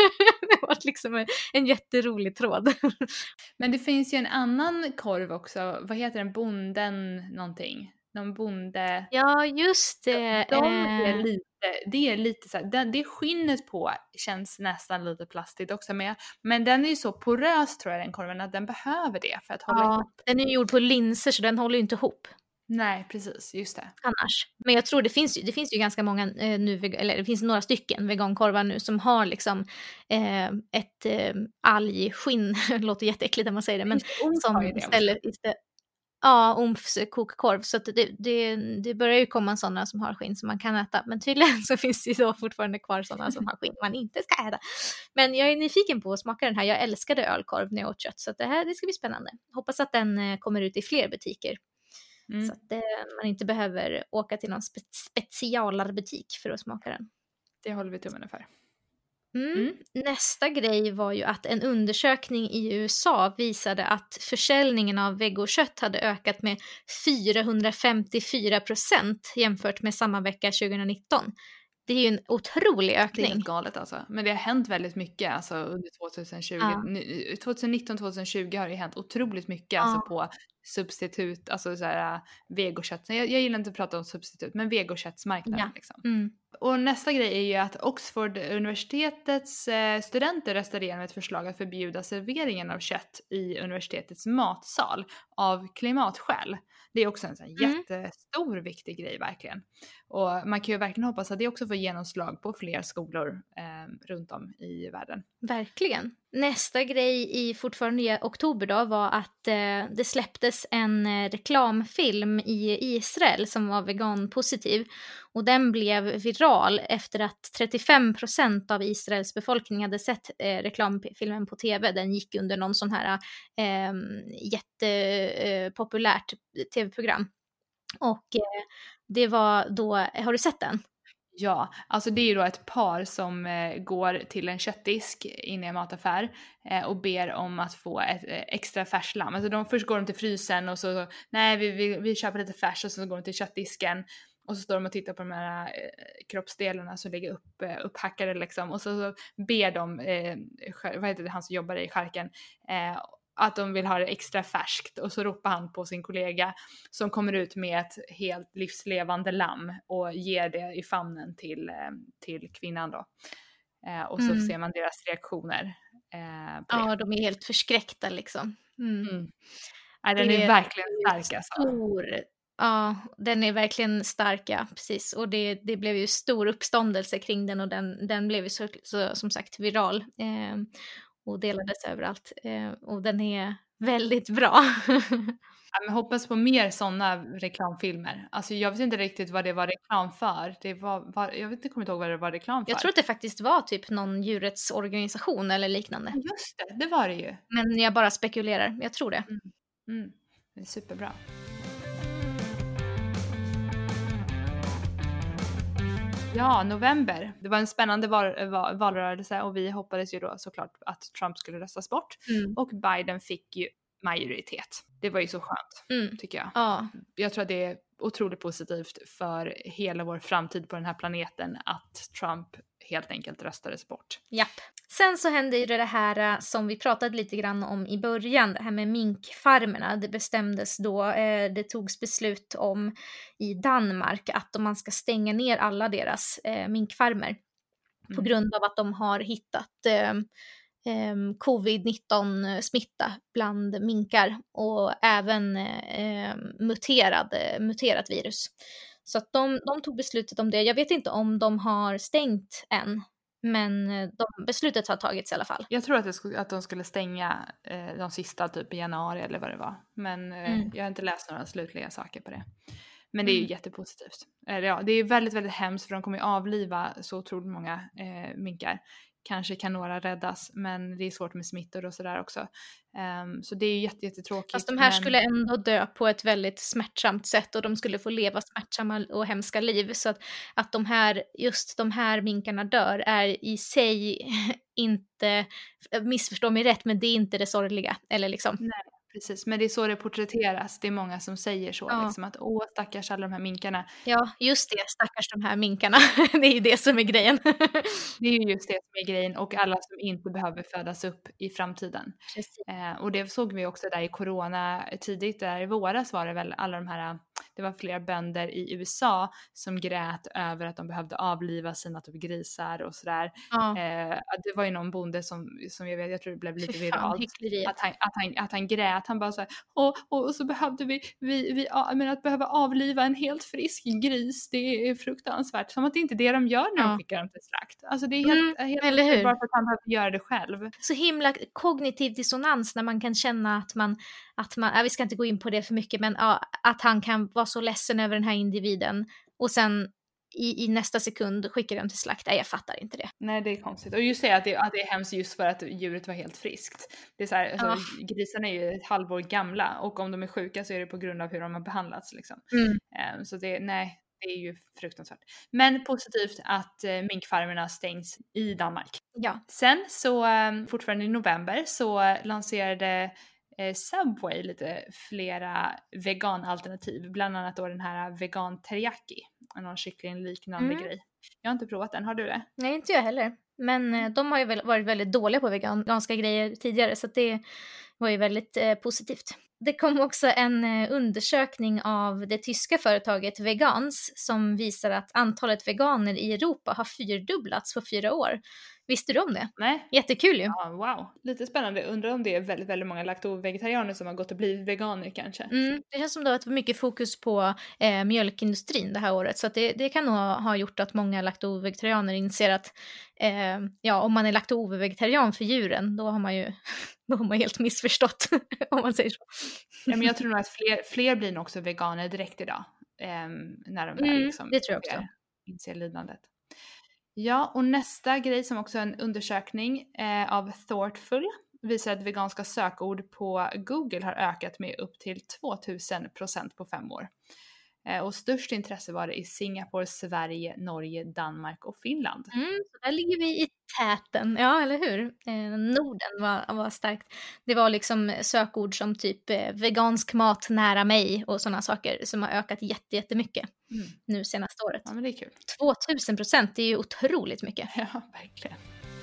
Det var liksom en, en jätterolig tråd. Men det finns ju en annan korv också, vad heter den? Bonden någonting? Någon bonde... Ja, just det. De eh, är lite, det är lite så här, det, det skinnet på känns nästan lite plastigt också med. Men den är ju så porös tror jag den korven att den behöver det för att hålla ja, ihop. den är ju gjord på linser så den håller ju inte ihop. Nej, precis, just det. Annars. Men jag tror det finns ju, det finns ju ganska många eh, nu, eller det finns några stycken vegankorvar nu som har liksom eh, ett eh, algskinn, det låter jätteäckligt när man säger det, men som istället, istället ja, Omfs kokkorv, så att det, det, det börjar ju komma sådana som har skinn som man kan äta, men tydligen så finns det ju då fortfarande kvar sådana som har skinn man inte ska äta. Men jag är nyfiken på att smaka den här, jag älskade ölkorv när jag åt kött, så att det här, det ska bli spännande. Hoppas att den eh, kommer ut i fler butiker. Mm. Så att eh, man inte behöver åka till någon spe- specialarbutik för att smaka den. Det håller vi tummen för. Mm. Mm. Nästa grej var ju att en undersökning i U S A visade att försäljningen av vegokött hade ökat med fyrahundrafemtiofyra procent jämfört med samma vecka tjugonitton. Det är ju en otrolig ökning. Det är helt galet alltså. Men det har hänt väldigt mycket alltså under tjugohundratjugo. Ja. tjugonitton tjugohundratjugo har det hänt otroligt mycket ja. Alltså på substitut, alltså såhär vegokött. Jag, jag gillar inte att prata om substitut, men vegoköttsmarknaden ja. Liksom. Mm. Och nästa grej är ju att Oxford universitetets eh, studenter röstade igenom ett förslag att förbjuda serveringen av kött i universitetets matsal av klimatskäl. Det är också en sån mm. jättestor viktig grej verkligen. Och man kan ju verkligen hoppas att det också får genomslag på fler skolor eh, runt om i världen. Verkligen. Nästa grej i fortfarande i oktober då var att eh, det släpptes en eh, reklamfilm i Israel som var veganpositiv. Och den blev viral efter att trettiofem procent av Israels befolkning hade sett eh, reklamfilmen på tv. Den gick under någon sån här eh, jättepopulärt eh, tv-program. Och eh, det var då, har du sett den? Ja, alltså det är ju då ett par som eh, går till en köttdisk inne i en mataffär eh, och ber om att få ett eh, extra färslamm. Alltså de, först går de till frysen och så, nej vi, vi, vi köper lite färs, och så går de till köttdisken. Och så står de och tittar på de här eh, kroppsdelarna som ligger upp, eh, upphackade liksom. Och så, så ber de, eh, vad heter det, han som jobbar i charken, eh, att de vill ha det extra färskt, och så ropar han på sin kollega som kommer ut med ett helt livslevande lamm och ger det i famnen till, till kvinnan då. Eh, och så mm. ser man deras reaktioner. Eh, på ja, det. De är helt förskräckta liksom. Mm. Mm. Ja, den är, är verkligen stark alltså. Stor, ja, den är verkligen stark, ja, precis. Och det, det blev ju stor uppståndelse kring den, och den, den blev ju så, så, som sagt viral. Eh, och delades överallt. Eh, och den är väldigt bra. Ja, men hoppas på mer sådana reklamfilmer. Alltså jag vet inte riktigt vad det var reklam för. Det var, var, jag vet inte, kommer inte ihåg vad det var reklam för. Jag tror att det faktiskt var typ någon djurrättsorganisation eller liknande. Just det, det var det ju. Men jag bara spekulerar, jag tror det. Mm. Mm. Det är superbra. Ja, november. Det var en spännande val- val- valrörelse och vi hoppades ju då såklart att Trump skulle röstas bort. Mm. Och Biden fick ju majoritet. Det var ju så skönt, mm. tycker jag. Ja. Jag tror att det är otroligt positivt för hela vår framtid på den här planeten att Trump helt enkelt röstades bort. Japp. Sen så hände ju det här som vi pratade lite grann om i början, det här med minkfarmerna. Det bestämdes då, eh, det togs beslut om i Danmark att man ska stänga ner alla deras eh, minkfarmer mm. på grund av att de har hittat eh, eh, covid nitton smitta bland minkar och även eh, muterad, muterat virus. Så att de, de tog beslutet om det. Jag vet inte om de har stängt än. Men de, beslutet har tagits i alla fall. Jag tror att, det skulle, att de skulle stänga eh, de sista typ i januari eller vad det var. Men eh, mm. jag har inte läst några slutliga saker på det. Men det är ju Mm. jättepositivt. Eller ja, det är väldigt, väldigt hemskt för de kommer ju avliva så otroligt många eh, minkar. Kanske kan några räddas, men det är svårt med smittor och sådär också. Um, så det är ju jätte, jättetråkigt. Fast de här men... skulle ändå dö på ett väldigt smärtsamt sätt och de skulle få leva smärtsamma och hemska liv. Så att, att de här, just de här minkarna dör är i sig inte, missförstå mig rätt, men det är inte det sorgliga. Eller liksom. Nej, precis. Men det är så det porträtteras. Det är många som säger så. Ja. Liksom att åh, stackars alla de här minkarna. Ja, just det. Stackars de här minkarna. Det är ju det som är grejen. Det är ju just det som är grejen. Och alla som inte behöver födas upp i framtiden. Eh, och det såg vi också där i corona tidigt. Där i våras var det väl alla de här, det var flera bönder i U S A som grät över att de behövde avliva sina typ grisar och sådär. Ja. Eh, det var ju någon bonde som, som jag vet, jag tror det blev lite Fy viralt. fan, att, han, att, han, att han grät. Han bara så här, och, och, och så behövde vi, vi, vi men att behöva avliva en helt frisk gris, det är fruktansvärt. Som att det inte är det de gör när Ja. de skickar dem till slakt. Alltså det är helt, mm, helt eller hur? bara för att han behöver göra det själv. Så himla kognitiv dissonans när man kan känna att man, att man, ja, vi ska inte gå in på det för mycket, men ja, att han kan vara så ledsen över den här individen och sen i, i nästa sekund skickar den till slakt. Nej, jag fattar inte det. Nej, det är konstigt. Och just det att det, att det är hemskt just för att djuret var helt friskt. Det är så här, alltså, Ja. grisarna är ju ett halvår gamla och om de är sjuka så är det på grund av hur de har behandlats liksom. Mm. Um, så det, nej, det är ju fruktansvärt. Men positivt att uh, minkfarmerna stängs i Danmark. Ja. Sen så, um, fortfarande i november så uh, lanserade uh, Subway lite flera veganalternativ. Bland annat då den här vegan teriyaki. Någon kycklingliknande Mm. grej. Jag har inte provat den, har du det? Nej, inte jag heller. Men eh, de har ju väl varit väldigt dåliga på veganska grejer tidigare, så att det var ju väldigt eh, positivt. Det kom också en eh, undersökning av det tyska företaget Vegans som visar att antalet veganer i Europa har fyrdubblats på fyra år. Visste du om det? Nej. Jättekul ju. Ja, wow. Lite spännande. Undrar om det är väldigt, väldigt många lakto-vegetarianer som har gått och blivit veganer kanske. Mm, det känns som det har varit mycket fokus på eh, mjölkindustrin det här året. Så att det, det kan nog ha gjort att många lakto-vegetarianer inser att eh, ja, om man är lakto-vegetarian för djuren, då har man ju då har man helt missförstått om man säger så. Ja, men jag tror nog att fler, fler blir nog också veganer direkt idag. Eh, när de väl Mm, liksom det tror jag också. inser lidandet. Ja, och nästa grej som också är en undersökning eh, av Thoughtful visar att veganska sökord på Google har ökat med upp till tvåtusen procent på fem år. Eh, och störst intresse var det i Singapore, Sverige, Norge, Danmark och Finland. Mm, så där ligger vi i täten, ja eller hur? Eh, Norden var, var starkt. Det var liksom sökord som typ eh, vegansk mat nära mig och sådana saker som har ökat jätte, jättemycket mm. nu senaste året. Ja, men det är kul. tvåtusen procent, det är ju otroligt mycket. Ja, verkligen.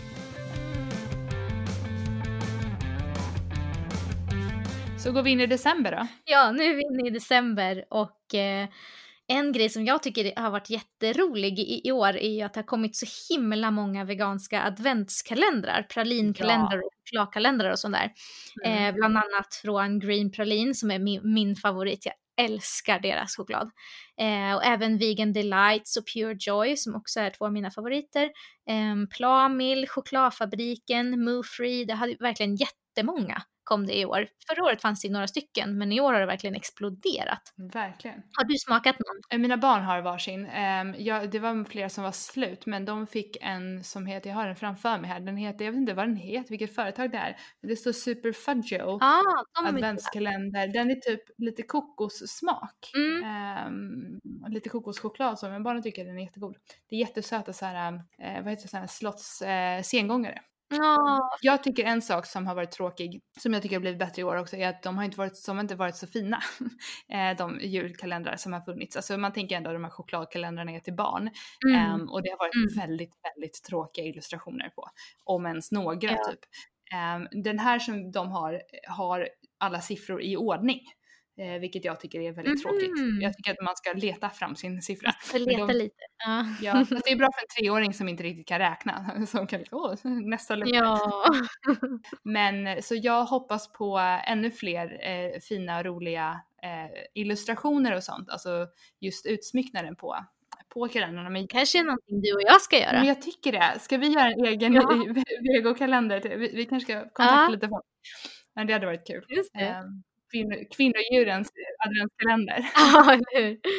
Så går vi in i december då? Ja, nu är vi inne i december och eh, en grej som jag tycker har varit jätterolig i, i år är ju att det har kommit så himla många veganska adventskalendrar, pralinkalendrar ja. och chokladkalendrar och sånt där. Mm. Eh, bland annat från Green Pralin som är min, min favorit. Jag älskar deras choklad. Eh, och även Vegan Delights och Pure Joy som också är två av mina favoriter. Eh, Plamil, Chokladfabriken, Moo Free, det hade verkligen jättemånga kom det i år. Förra året fanns det några stycken, men i år har det verkligen exploderat. Verkligen. Har du smakat någon? Mina barn har varsin. Um, ja, det var flera som var slut, men de fick en som heter, jag har den framför mig här, den heter, jag vet inte vad den heter, vilket företag det är. Det står Super Fudgio. Ah, de adventskalender. Den är typ lite kokossmak. Mm. Um, lite kokoschoklad så, men barnen tycker den är jättegod. Det är jättesöta så här, uh, vad heter det, så här slotts uh, sengångare. Oh. Jag tycker en sak som har varit tråkig, som jag tycker har blivit bättre i år också, är att de har inte varit, som inte varit så fina, de julkalendrar som har funnits. Alltså man tänker ändå att de här chokladkalendrarna är till barn. Mm. Um, och det har varit mm. väldigt, väldigt tråkiga illustrationer på. Om ens några ja. typ. Um, den här som de har, har alla siffror i ordning. Eh, vilket jag tycker är väldigt mm. tråkigt. Jag tycker att man ska leta fram sin siffra. Leta de, lite. Ja. Ja, det är bra för en treåring som inte riktigt kan räkna. Som kan åh, nästa lucka. Ja. Men så jag hoppas på ännu fler eh, fina, roliga eh, illustrationer och sånt. Alltså just utsmycknaden på, på kalendrarna. Men kanske är någonting du och jag ska göra. Men jag tycker det. Ska vi göra en egen ja. vegokalender? Vi, vi kanske ska kontakta ja. lite folk. Men det hade varit kul. Just det. Um, Kvinnor, kvinnodjurens adventskalender. Ja, eller hur?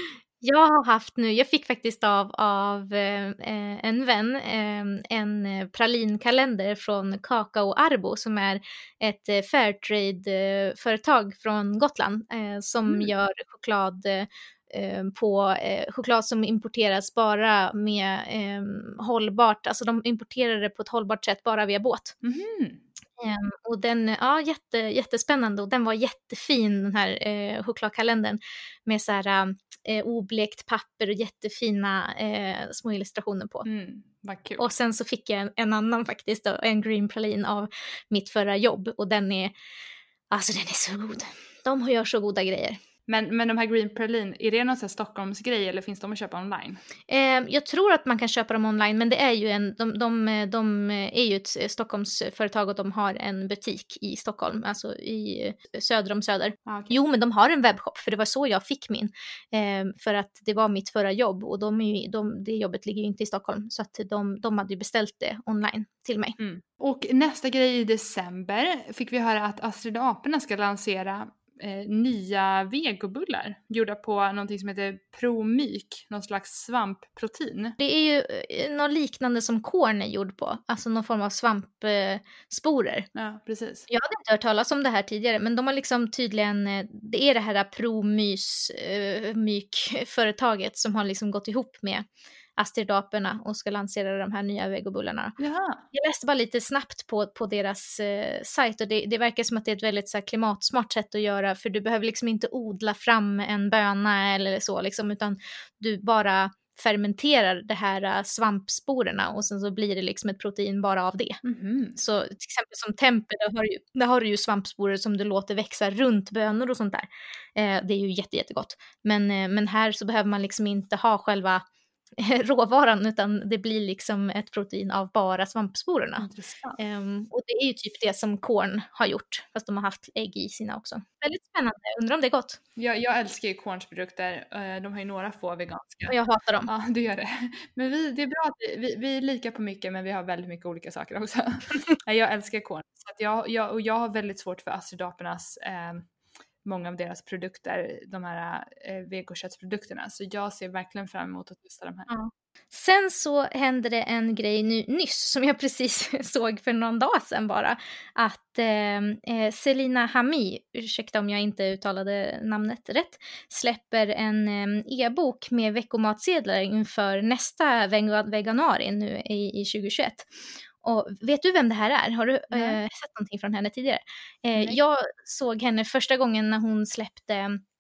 Jag har haft nu, jag fick faktiskt av, av eh, en vän eh, en pralinkalender från Kakao Arbo som är ett eh, Fairtrade-företag från Gotland eh, som Mm. gör choklad eh, på eh, choklad som importeras bara med eh, hållbart, alltså de importerar det på ett hållbart sätt bara via båt. Mhm. Um, och den, ja, jätte, jättespännande och den var jättefin den här eh, chokladkalendern med så här eh, oblekt papper och jättefina eh, små illustrationer på. Mm, vad kul. Och sen så fick jag en, en annan faktiskt då, en green praline av mitt förra jobb och den är, alltså den är så god. De gör så goda grejer. Men, men de här green praline, är det någon sån här Stockholmsgrej eller finns de att köpa online? Eh, jag tror att man kan köpa dem online, men det är ju en, de, de, de är ju ett Stockholmsföretag och de har en butik i Stockholm, alltså i söder om Söder. Ah, okay. Jo, men de har en webbshop, för det var så jag fick min. Eh, för att det var mitt förra jobb och de är ju, de, det jobbet ligger ju inte i Stockholm, så att de, de hade ju beställt det online till mig. Mm. Och nästa grej i december fick vi höra att Astrid och aporna ska lansera Eh, nya vegobullar gjorda på någonting som heter Promyk, någon slags svampprotein. Det är ju eh, något liknande som korn är gjord på, alltså någon form av svampsporer. Eh, ja, precis. Jag hade inte hört talas om det här tidigare, men de har liksom tydligen, eh, det är det här Promys eh, myk-företaget som har liksom gått ihop med Astrid och aporna och ska lansera de här nya vegobullarna. Jaha. Jag läste bara lite snabbt på, på deras eh, sajt och det, det verkar som att det är ett väldigt så här, klimatsmart sätt att göra, för du behöver liksom inte odla fram en böna eller så liksom, utan du bara fermenterar det här uh, svampsporerna och sen så blir det liksom ett protein bara av det. Mm-hmm. Så till exempel som tempe, där har, du, där har du ju svampsporer som du låter växa runt bönor och sånt där. Eh, det är ju jätte, jättegott. Men, eh, men här så behöver man liksom inte ha själva råvaran, utan det blir liksom ett protein av bara svampsporerna. Um, och det är ju typ det som korn har gjort, fast de har haft ägg i sina också. Väldigt spännande, undrar om det är gott. Jag, jag älskar ju korns produkter, de har ju några få veganska. Och jag hatar dem. Ja, det gör det. Men vi, det är bra att vi, vi, vi är lika på mycket, men vi har väldigt mycket olika saker också. Jag älskar korn, så att jag, jag, och jag har väldigt svårt för Astrid och apornas eh, många av deras produkter, de här eh, vegoköttsprodukterna. Så jag ser verkligen fram emot att testa de här. Ja. Sen så hände det en grej nu, nyss som jag precis såg för någon dag sedan bara. Att eh, Selina Hami, ursäkta om jag inte uttalade namnet rätt, släpper en eh, e-bok med veckomatsedlar inför nästa veganuari nu i, i tjugohundratjugoett. Och vet du vem det här är? Har du eh, sett någonting från henne tidigare? Eh, jag såg henne första gången när hon släppte,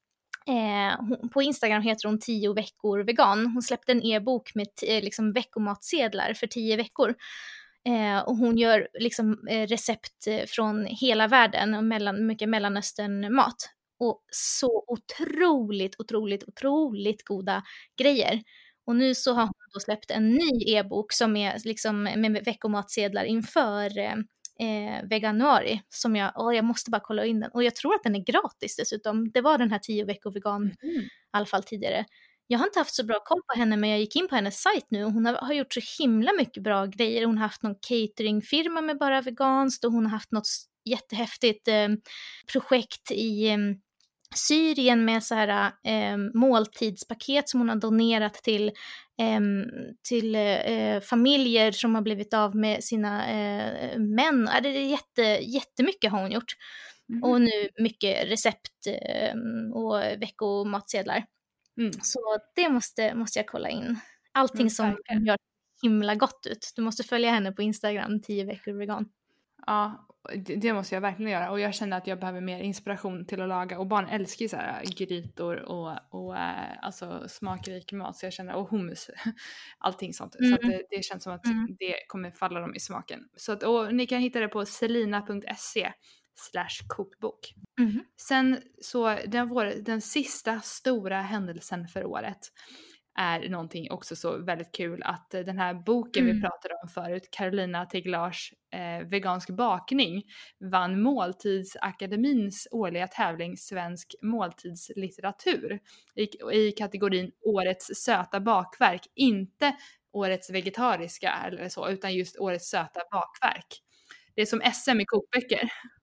eh, hon, på Instagram heter hon tio veckor vegan. Hon släppte en e-bok med t- liksom veckomatsedlar för tio veckor. Eh, och hon gör liksom eh, recept från hela världen och mellan, mycket Mellanöstern-mat. Och så otroligt, otroligt, otroligt goda grejer. Och nu så har hon då släppt en ny e-bok som är liksom med veckomatsedlar inför eh, veganuari. Som jag, åh, jag måste bara kolla in den. Och jag tror att den är gratis dessutom. Det var den här tio veckor vegan mm. i alla fall tidigare. Jag har inte haft så bra koll på henne, men jag gick in på hennes sajt nu och hon har, har gjort så himla mycket bra grejer. Hon har haft någon cateringfirma med bara veganskt och hon har haft något jättehäftigt eh, projekt i eh, Syrien med så här eh, måltidspaket som hon har donerat till, eh, till eh, familjer som har blivit av med sina eh, män. Det är jätte, jättemycket har hon gjort. Mm. Och nu mycket recept eh, och veckomatsedlar. Mm. Så det måste, måste jag kolla in. Allting mm, som verkligen gör himla gott ut. Du måste följa henne på Instagram, tio veckor vegan. Ja, det, det måste jag verkligen göra. Och jag känner att jag behöver mer inspiration till att laga. Och barn älskar ju så här grytor och, och äh, alltså smakrik mat. Så jag känner, och hummus, allting sånt. Mm. Så att det, det känns som att mm. det kommer falla dem i smaken. Så att, och ni kan hitta det på selina punkt se slash kokbok. Mm. Sen så den, vår, den sista stora händelsen för året är någonting också så väldigt kul, att den här boken mm. vi pratade om förut, Carolina Teglars eh, vegansk bakning, vann Måltidsakademins årliga tävling Svensk måltidslitteratur i, i kategorin Årets söta bakverk, inte Årets vegetariska eller så, utan just Årets söta bakverk. Det är som S M i kokböcker.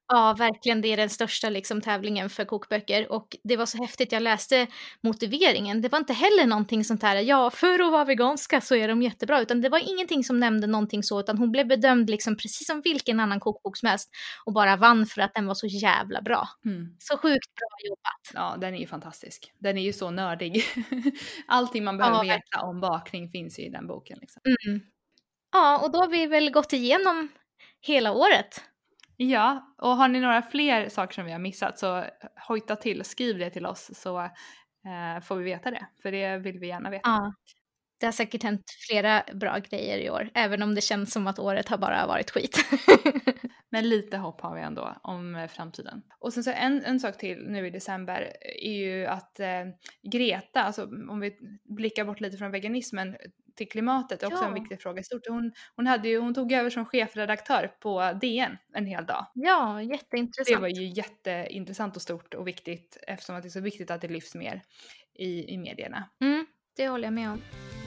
Ja, verkligen. Det är den största liksom, tävlingen för kokböcker. Och det var så häftigt. Jag läste motiveringen. Det var inte heller någonting sånt här, ja, för att vara veganska så är de jättebra. Utan det var ingenting som nämnde någonting så. Utan hon blev bedömd liksom, precis som vilken annan kokbok som helst. Och bara vann för att den var så jävla bra. Mm. Så sjukt bra jobbat. Ja, den är ju fantastisk. Den är ju så nördig. Allting man behöver Ja, veta om bakning finns ju i den boken. Liksom. Mm. Ja, och då har vi väl gått igenom hela året. Ja, och har ni några fler saker som vi har missat så hojta till, skriv det till oss så eh, får vi veta det. För det vill vi gärna veta. Ja, det har säkert hänt flera bra grejer i år. Även om det känns som att året har bara varit skit. Men lite hopp har vi ändå om eh, framtiden. Och sen så en, en sak till nu i december är ju att eh, Greta, alltså om vi blickar bort lite från veganismen till klimatet, är också Ja. en viktig fråga. Stort. Hon, hon, hade ju, hon tog över som chefredaktör på D N en hel dag. Ja, jätteintressant. Det var ju jätteintressant och stort och viktigt eftersom att det är så viktigt att det lyfts mer i, i medierna. Mm, det håller jag med om.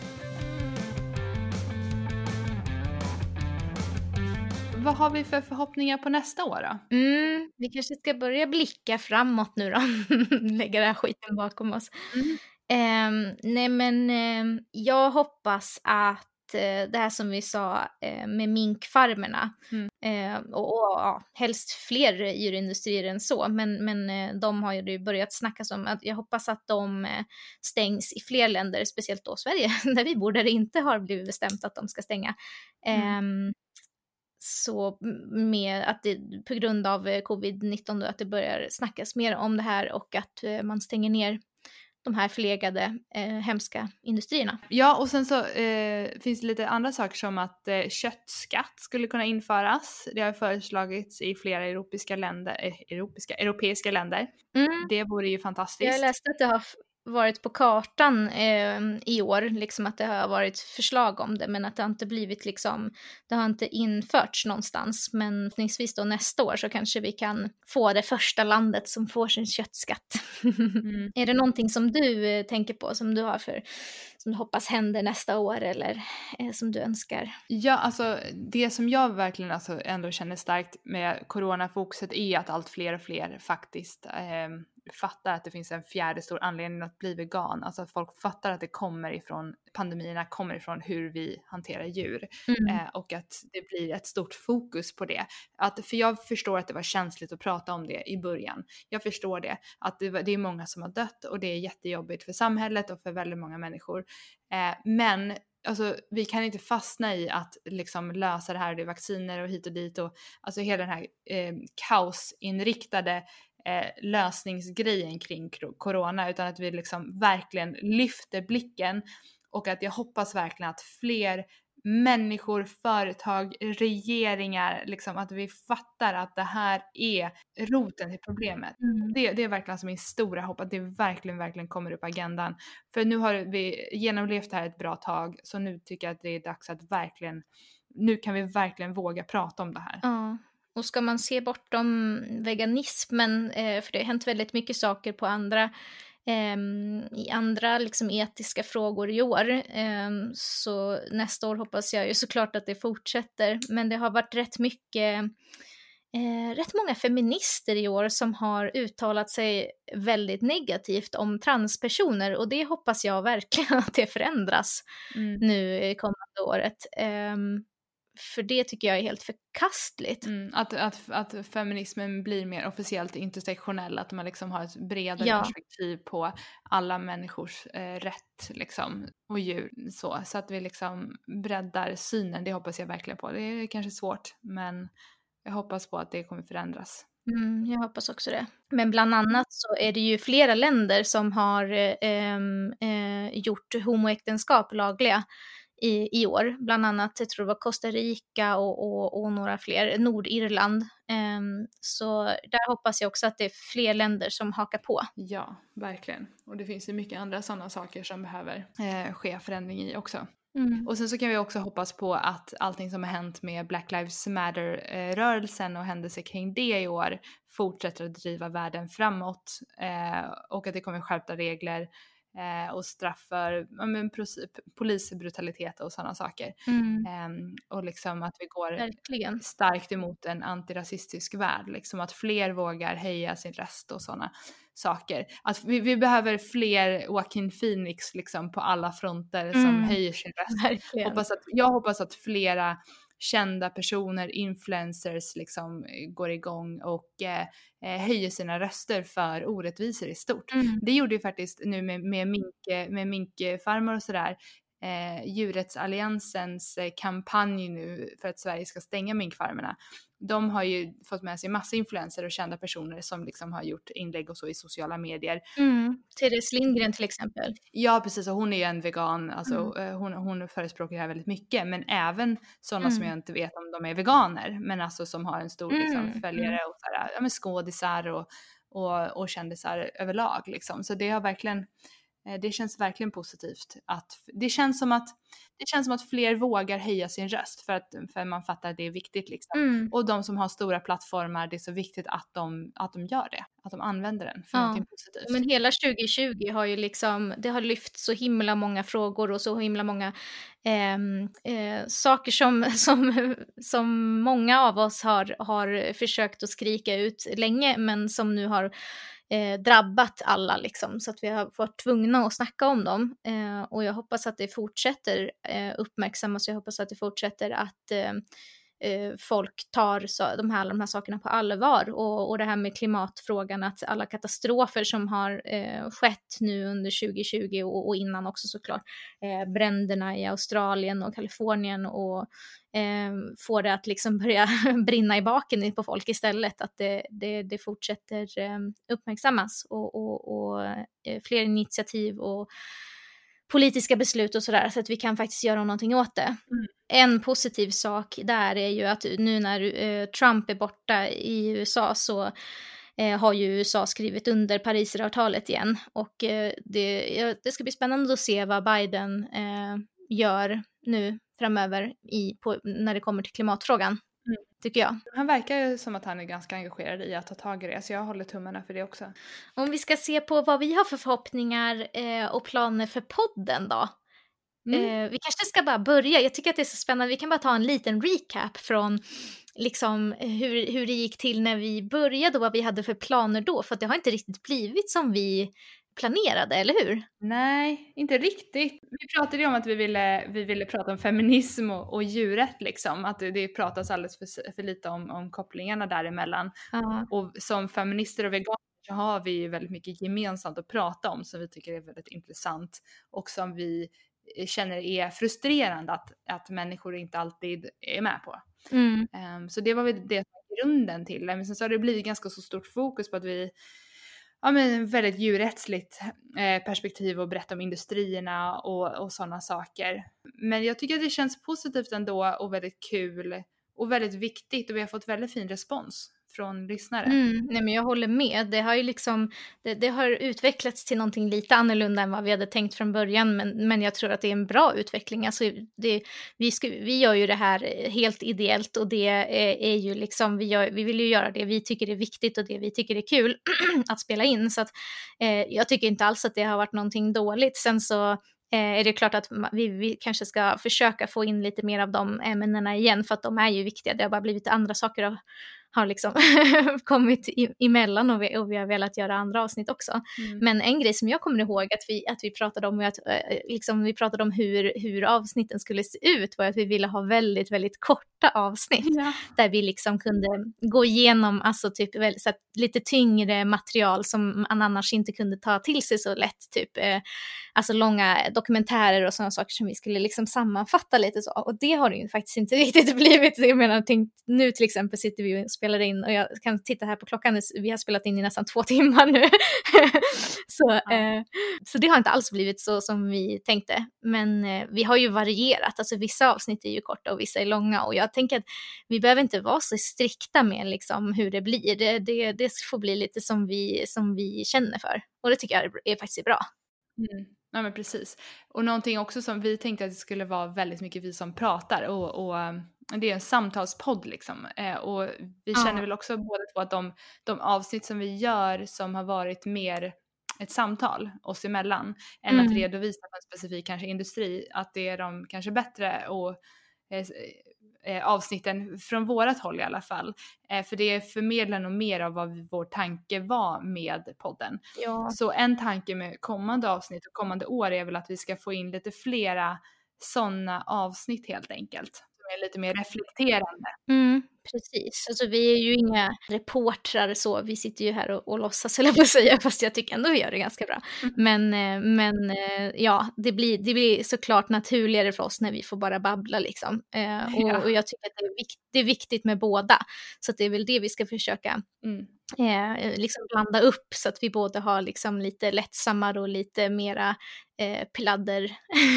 Vad har vi för förhoppningar på nästa år då? Mm, vi kanske ska börja blicka framåt nu då. Lägga den här skiten bakom oss. Mm. Um, nej men um, jag hoppas att uh, det här som vi sa uh, med minkfarmerna Mm. uh, och, och ja, helst fler djurindustrier än så, men, men uh, de har ju börjat snackas om att jag hoppas att de uh, stängs i fler länder, speciellt då Sverige, där vi bor, där det inte har blivit bestämt att de ska stänga. Mm. Um, Så med att det på grund av covid nitton då, att det börjar snackas mer om det här och att eh, man stänger ner de här förlegade eh, hemska industrierna. Ja, och sen så eh, finns det lite andra saker som att eh, köttskatt skulle kunna införas. Det har föreslagits i flera europeiska länder, eh, europeiska, europeiska länder. Mm. Det vore ju fantastiskt. Jag läste att det har varit på kartan eh, i år, liksom att det har varit förslag om det, men att det har inte blivit liksom, det har inte införts någonstans, men förhoppningsvis då nästa år så kanske vi kan få det första landet som får sin köttskatt. Mm. Är det någonting som du eh, tänker på, som du har för, som du hoppas händer nästa år eller eh, som du önskar? Ja, alltså det som jag verkligen alltså ändå känner starkt med coronafokuset är att allt fler och fler faktiskt eh, fattar att det finns en fjärde stor anledning att bli vegan. Alltså att folk fattar att det kommer ifrån, pandemierna kommer ifrån hur vi hanterar djur. Mm. Eh, och att det blir ett stort fokus på det. Att, för jag förstår att det var känsligt att prata om det i början. Jag förstår det. Att det, det är många som har dött och det är jättejobbigt för samhället och för väldigt många människor. Eh, men alltså, vi kan inte fastna i att liksom lösa det här, det är vacciner och hit och dit och alltså hela den här eh, kaosinriktade eh, lösningsgrejen kring corona, utan att vi liksom verkligen lyfter blicken och att jag hoppas verkligen att fler människor, företag, regeringar, liksom att vi fattar att det här är roten till problemet. Mm. Det, det är verkligen alltså min stora hopp att det verkligen, verkligen kommer upp agendan. För nu har vi genomlevt det här ett bra tag, så nu tycker jag att det är dags att verkligen, nu kan vi verkligen våga prata om det här. Ja. Och ska man se bortom veganismen, för det har hänt väldigt mycket saker på andra Um, i andra liksom etiska frågor i år, um, så nästa år hoppas jag ju såklart att det fortsätter, men det har varit rätt mycket uh, rätt många feminister i år som har uttalat sig väldigt negativt om transpersoner, och det hoppas jag verkligen att det förändras mm. nu i kommande året. Um, För det tycker jag är helt förkastligt. Mm, att, att, att feminismen blir mer officiellt intersektionell. Att man liksom har ett bredare ja. perspektiv på alla människors eh, rätt liksom, och djur. Så, så att vi liksom breddar synen. Det hoppas jag verkligen på. Det är kanske svårt, men jag hoppas på att det kommer förändras. Mm, jag hoppas också det. Men bland annat så är det ju flera länder som har eh, eh, gjort homoäktenskap lagliga I, i år, bland annat jag tror det var Costa Rica och, och, och några fler, Nordirland. Um, så där hoppas jag också att det är fler länder som hakar på. Ja, verkligen. Och det finns ju mycket andra sådana saker som behöver eh, ske förändring i också. Mm. Och sen så kan vi också hoppas på att allting som har hänt med Black Lives Matter-rörelsen och händelser kring det i år fortsätter att driva världen framåt. Eh, och att det kommer skärpta regler eh, och straff för ja, men, polisbrutalitet och sådana saker. Mm. Eh, och liksom att vi går Verkligen. starkt emot en antirasistisk värld, liksom att fler vågar höja sin röst och sådana saker. Att vi, vi behöver fler Joaquin Phoenix liksom på alla fronter mm. som höjer sin röst. Verkligen. Hoppas att, jag hoppas att flera kända personer, influencers liksom går igång och eh, höjer sina röster för orättvisor i stort. Mm. Det gjorde ju faktiskt nu med, med, mink, med minkfarmar och sådär. Eh, Djurrättsalliansens eh, kampanj nu för att Sverige ska stänga minkfarmerna. De har ju fått med sig massa influenser och kända personer som liksom har gjort inlägg och så i sociala medier. Mm. Therese Lindgren till exempel. Ja precis, och hon är ju en vegan, alltså mm. hon, hon förespråkar det här väldigt mycket, men även sådana mm. som jag inte vet om de är veganer, men alltså som har en stor mm. liksom, följare och sådär, ja, men skådisar och, och, och kändisar överlag liksom. Så det har verkligen det känns verkligen positivt att det känns som att det känns som att fler vågar höja sin röst för att för man fattar att det är viktigt liksom. Mm. Och de som har stora plattformar, det är så viktigt att de att de gör det, att de använder den för ja. någonting positivt. Men hela tjugo tjugo har ju liksom det har lyft så himla många frågor och så himla många eh, eh, saker som som som många av oss har har försökt att skrika ut länge, men som nu har Eh, drabbat alla liksom, så att vi har varit tvungna att snacka om dem eh, och jag hoppas att det fortsätter eh, uppmärksammas, jag hoppas att det fortsätter att eh, eh, folk tar så, de, här, de här sakerna på allvar och, och det här med klimatfrågan, att alla katastrofer som har eh, skett nu under tjugo tjugo och, och innan också såklart, eh, bränderna i Australien och Kalifornien och Eh, får det att liksom börja brinna i baken på folk istället, att det, det, det fortsätter eh, uppmärksammas och, och, och eh, fler initiativ och politiska beslut och sådär, så att vi kan faktiskt göra någonting åt det. Mm. En positiv sak där är ju att nu när eh, Trump är borta i U S A så eh, har ju U S A skrivit under Parisavtalet igen och eh, det, ja, det ska bli spännande att se vad Biden eh, gör nu framöver i, på, när det kommer till klimatfrågan, mm. tycker jag. Han verkar ju som att han är ganska engagerad i att ta tag i det, så jag håller tummarna för det också. Om vi ska se på vad vi har för förhoppningar eh, och planer för podden då. Mm. Eh, vi kanske ska bara börja, jag tycker att det är så spännande, vi kan bara ta en liten recap från liksom hur, hur det gick till när vi började och vad vi hade för planer då, för att det har inte riktigt blivit som vi planerade, eller hur? Nej, inte riktigt. Vi pratade ju om att vi ville, vi ville prata om feminism och, och djurrätt liksom. Att det, det pratas alldeles för, för lite om, om kopplingarna däremellan. Uh-huh. Och som feminister och veganer så har vi ju väldigt mycket gemensamt att prata om som vi tycker är väldigt intressant. Och som vi känner är frustrerande att, att människor inte alltid är med på. Mm. Um, så det var väl det grunden till. Men sen så har det blivit ganska så stort fokus på att vi ja, men väldigt djurrättsligt eh, perspektiv och berätta om industrierna och, och sådana saker. Men jag tycker att det känns positivt ändå och väldigt kul och väldigt viktigt, och vi har fått väldigt fin respons från lyssnare. Mm, nej men jag håller med. Det har ju liksom det, det har utvecklats till någonting lite annorlunda än vad vi hade tänkt från början, men, men jag tror att det är en bra utveckling. Alltså det, vi, sku, vi gör ju det här helt ideellt, och det är, är ju liksom vi, gör, vi vill ju göra det vi tycker är viktigt och det vi tycker är kul att spela in, så att eh, jag tycker inte alls att det har varit någonting dåligt. Sen så är det klart att vi, vi kanske ska försöka få in lite mer av de ämnena igen, för att de är ju viktiga. Det har bara blivit andra saker och har liksom kommit i, emellan och vi, och vi har velat göra andra avsnitt också. Mm. Men en grej som jag kommer ihåg att vi, att vi pratade om, att, liksom, vi pratade om hur, hur avsnitten skulle se ut, var att vi ville ha väldigt, väldigt korta avsnitt. Ja. Där vi liksom kunde gå igenom alltså, typ, väl, så att, lite tyngre material som man annars inte kunde ta till sig så lätt. Typ, eh, alltså långa dokumentärer och sådana saker som vi skulle liksom sammanfatta lite så. Och det har det ju faktiskt inte riktigt blivit. Jag menar, tänk, nu till exempel sitter vi och spelar in, och jag kan titta här på klockan, vi har spelat in i nästan två timmar nu. så, ja. eh, så det har inte alls blivit så som vi tänkte. Men eh, vi har ju varierat, alltså vissa avsnitt är ju korta och vissa är långa, och jag tänker att vi behöver inte vara så strikta med liksom hur det blir. Det, det, det får bli lite som vi, som vi känner för, och det tycker jag är, är faktiskt bra. Mm. Ja men precis. Och någonting också som vi tänkte att det skulle vara väldigt mycket vi som pratar, och, och det är en samtalspodd liksom. Eh, och vi känner ja. väl också båda två att de, de avsnitt som vi gör som har varit mer ett samtal oss emellan än Mm. att redovisa för en specifik kanske industri, att det är de kanske bättre och eh, eh, avsnitten från vårat håll i alla fall. Eh, för det förmedlar nog mer av vad vi, vår tanke var med podden. Ja. Så en tanke med kommande avsnitt och kommande år är väl att vi ska få in lite flera sådana avsnitt helt enkelt. Som är lite mer reflekterande. Mm, precis. Alltså vi är ju inga reportrar så, vi sitter ju här och, och låtsas, eller på att säga, fast jag tycker ändå vi gör det ganska bra. Mm. Men, eh, men eh, ja, det blir, det blir såklart naturligare för oss när vi får bara babbla liksom. Eh, och, Ja. och jag tycker att det är, vikt, det är viktigt med båda. Så att det är väl det vi ska försöka Mm. eh, liksom blanda upp, så att vi både har liksom lite lättsammare och lite mera eh, pladder,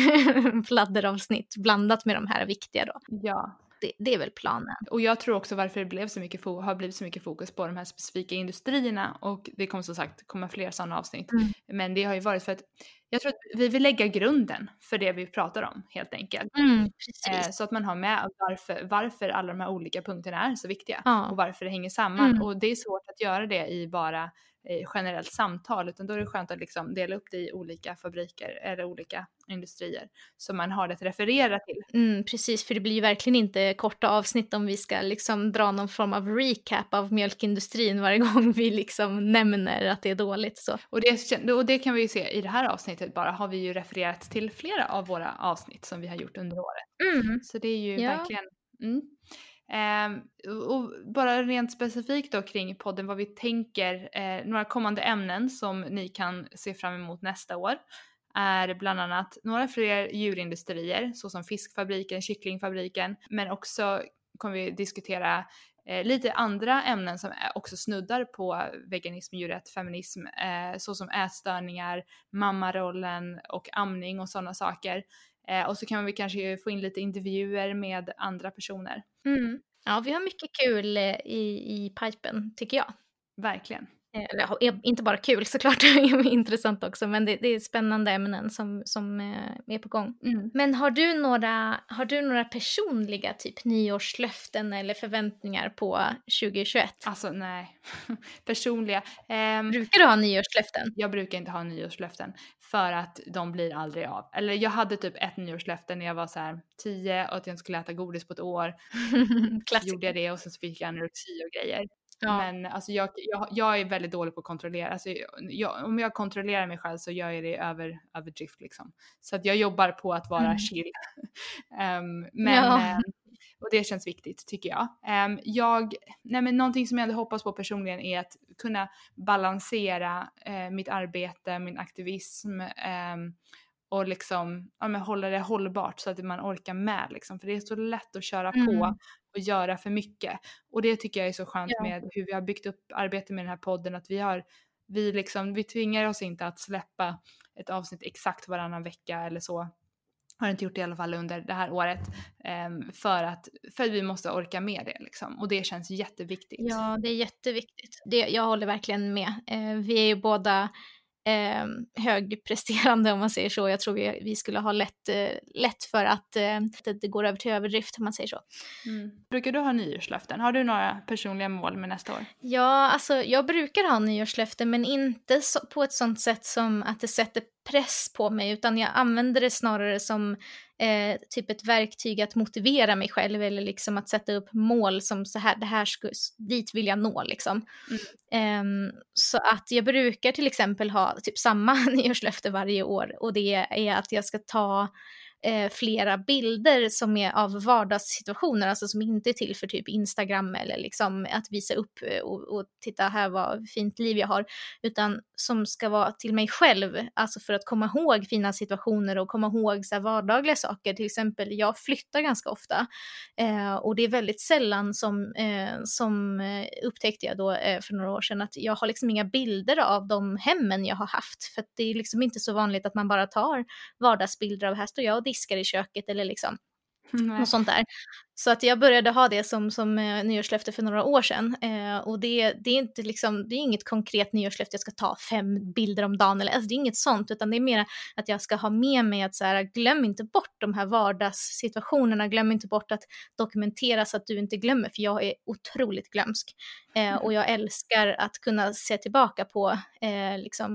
pladderavsnitt blandat med de här viktiga då. Ja. Det, det är väl planen. Och jag tror också varför det blev så mycket fo- har blivit så mycket fokus på de här specifika industrierna, och det kommer som sagt komma fler sådana avsnitt. Mm. Men det har ju varit för att jag tror att vi vill lägga grunden för det vi pratar om helt enkelt. Mm, precis. Eh, så att man har med varför, varför alla de här olika punkterna är så viktiga Ja. och varför det hänger samman. Mm. Och det är svårt att göra det i bara eh, generellt samtal, utan då är det skönt att liksom dela upp det i olika fabriker eller olika industrier så man har det att referera till. Mm, precis, för det blir ju verkligen inte korta avsnitt om vi ska liksom dra någon form av recap av mjölkindustrin varje gång vi liksom nämner att det är dåligt. Så. Och det, och det kan vi ju se i det här avsnittet, bara har vi ju refererat till flera av våra avsnitt som vi har gjort under året. Mm. Så det är ju Ja. verkligen... Mm. Um, och bara rent specifikt då kring podden, vad vi tänker, eh, några kommande ämnen som ni kan se fram emot nästa år är bland annat några fler djurindustrier såsom fiskfabriken, kycklingfabriken, men också kommer vi diskutera eh, lite andra ämnen som är också snuddar på veganism, djurrätt, feminism, eh, såsom ätstörningar, mammarollen och amning och sådana saker. Eh, och så kan vi kanske få in lite intervjuer med andra personer. Mm. Ja, vi har mycket kul eh, i, i pipen, tycker jag. Verkligen. Eller ja, inte bara kul såklart, det är intressant också, men det, det är spännande ämnen som, som eh, är på gång. Mm. Men har du, några, har du några personliga typ nyårslöften eller förväntningar på tjugohundratjugoett? Alltså nej, personliga. Ehm, Brukar du ha nyårslöften? jag brukar inte ha nyårslöften för att de blir aldrig av. Eller jag hade typ ett nyårslöfte när jag var så här tio och att jag inte skulle äta godis på ett år. Så gjorde jag det och sen så fick jag anorexi och grejer. Ja. Men alltså jag, jag, jag är väldigt dålig på att kontrollera. Alltså jag, om jag kontrollerar mig själv så gör jag det över, över drift liksom. Så att jag jobbar på att vara Mm. chill. um, men, Ja. um, och det känns viktigt tycker jag. Um, jag nej men någonting som jag hade hoppats på personligen är att kunna balansera uh, mitt arbete, min aktivism um, och liksom ja, men hålla det hållbart så att man orkar med liksom. För det är så lätt att köra Mm. på och göra för mycket. Och det tycker jag är så skönt Ja. med hur vi har byggt upp arbetet med den här podden, att vi har vi liksom, vi tvingar oss inte att släppa ett avsnitt exakt varannan vecka eller så. Har inte gjort det i alla fall under det här året. Um, för, att, för att vi måste orka med det liksom. Och det känns jätteviktigt. Ja, det är jätteviktigt. Det, jag håller verkligen med. Eh, vi är ju båda eh, högpresterande om man säger så. Jag tror vi, vi skulle ha lätt, eh, lätt för att eh, det, det går över till överdrift om man säger så. Mm. Brukar du ha nyårslöften? Har du några personliga mål med nästa år? Ja, alltså jag brukar ha nyårslöften men inte så, på ett sånt sätt som att det sätter press på mig, utan jag använder det snarare som eh, typ ett verktyg att motivera mig själv eller liksom att sätta upp mål som så här, det här ska, dit vill jag nå liksom. Mm. Eh, så att jag brukar till exempel ha typ samma nyårslöfte varje år, och det är att jag ska ta eh, flera bilder som är av vardagssituationer, alltså som inte är till för typ Instagram eller liksom att visa upp och, och titta här vad fint liv jag har, utan som ska vara till mig själv, alltså för att komma ihåg fina situationer och komma ihåg så här vardagliga saker. Till exempel, jag flyttar ganska ofta eh, och det är väldigt sällan som, eh, som eh, upptäckte jag då eh, för några år sedan att jag har liksom inga bilder av de hemmen jag har haft, för att det är liksom inte så vanligt att man bara tar vardagsbilder av här står jag och diskar i köket eller liksom Nej. och sånt där. Så att jag började ha det som, som eh, nyårslöfte för några år sedan. Eh, och det, det är inte liksom, det är inget konkret nyårslöfte, jag ska ta fem bilder om dagen. Eller, alltså det är inget sånt, utan det är mer att jag ska ha med mig att så här, glöm inte bort de här vardagssituationerna. Glöm inte bort att dokumentera så att du inte glömmer, för jag är otroligt glömsk. Eh, och jag älskar att kunna se tillbaka på eh, liksom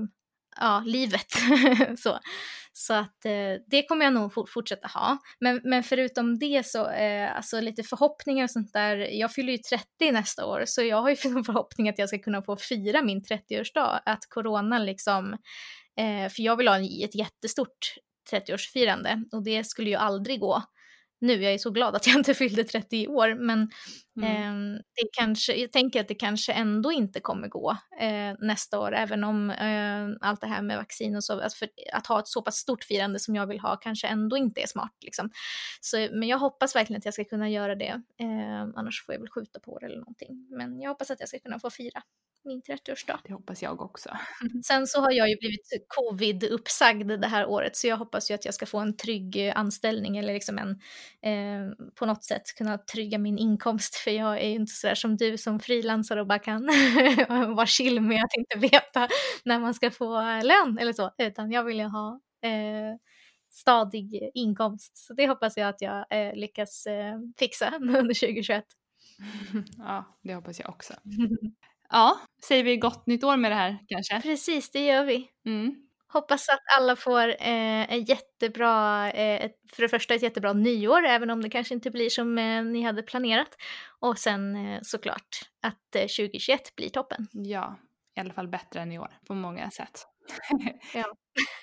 ja, livet. så. Så att eh, det kommer jag nog fortsätta ha. Men, men förutom det så, eh, alltså lite förhoppningar och sånt där. Jag fyller ju trettio nästa år, så jag har ju en förhoppning att jag ska kunna få fira min trettioårsdag. Att corona liksom, eh, för jag vill ha ett jättestort trettioårsfirande. Och det skulle ju aldrig gå nu. Jag är så glad att jag inte fyllde trettio år, men mm. eh, det kanske, jag tänker att det kanske ändå inte kommer gå eh, nästa år, även om eh, allt det här med vaccin och så, att, för, att ha ett så pass stort firande som jag vill ha kanske ändå inte är smart liksom. Så, men jag hoppas verkligen att jag ska kunna göra det, eh, annars får jag väl skjuta på det eller någonting, men jag hoppas att jag ska kunna få fira min trettioårsdag. Det hoppas jag också. Sen så har jag ju blivit covid-uppsagd det här året, så jag hoppas ju att jag ska få en trygg anställning eller liksom en, eh, på något sätt kunna trygga min inkomst, för jag är ju inte sådär som du som frilansar och bara kan vara chill med att inte veta när man ska få lön eller så, utan jag vill ju ha eh, stadig inkomst, så det hoppas jag att jag eh, lyckas eh, fixa under tjugohundratjugoett. Ja, det hoppas jag också. Ja, säger vi gott nytt år med det här kanske? Precis, det gör vi. Mm. Hoppas att alla får eh, en jättebra, eh, ett, för det första ett jättebra nyår, även om det kanske inte blir som eh, ni hade planerat. Och sen eh, såklart att eh, tjugohundratjugoett blir toppen. Ja, i alla fall bättre än i år på många sätt. Ja.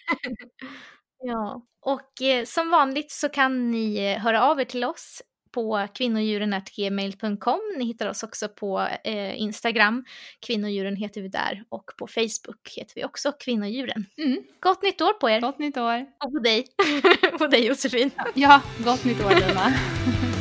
Ja, och eh, som vanligt så kan ni eh, höra av er till oss på kvinnodjuren at gmail punkt com. Ni hittar oss också på eh, Instagram. Kvinnodjuren heter vi där. Och på Facebook heter vi också Kvinnodjuren. Mm. Gott nytt år på er. Gott nytt år. Och på dig. på dig Josefin. Ja, gott nytt år Lina.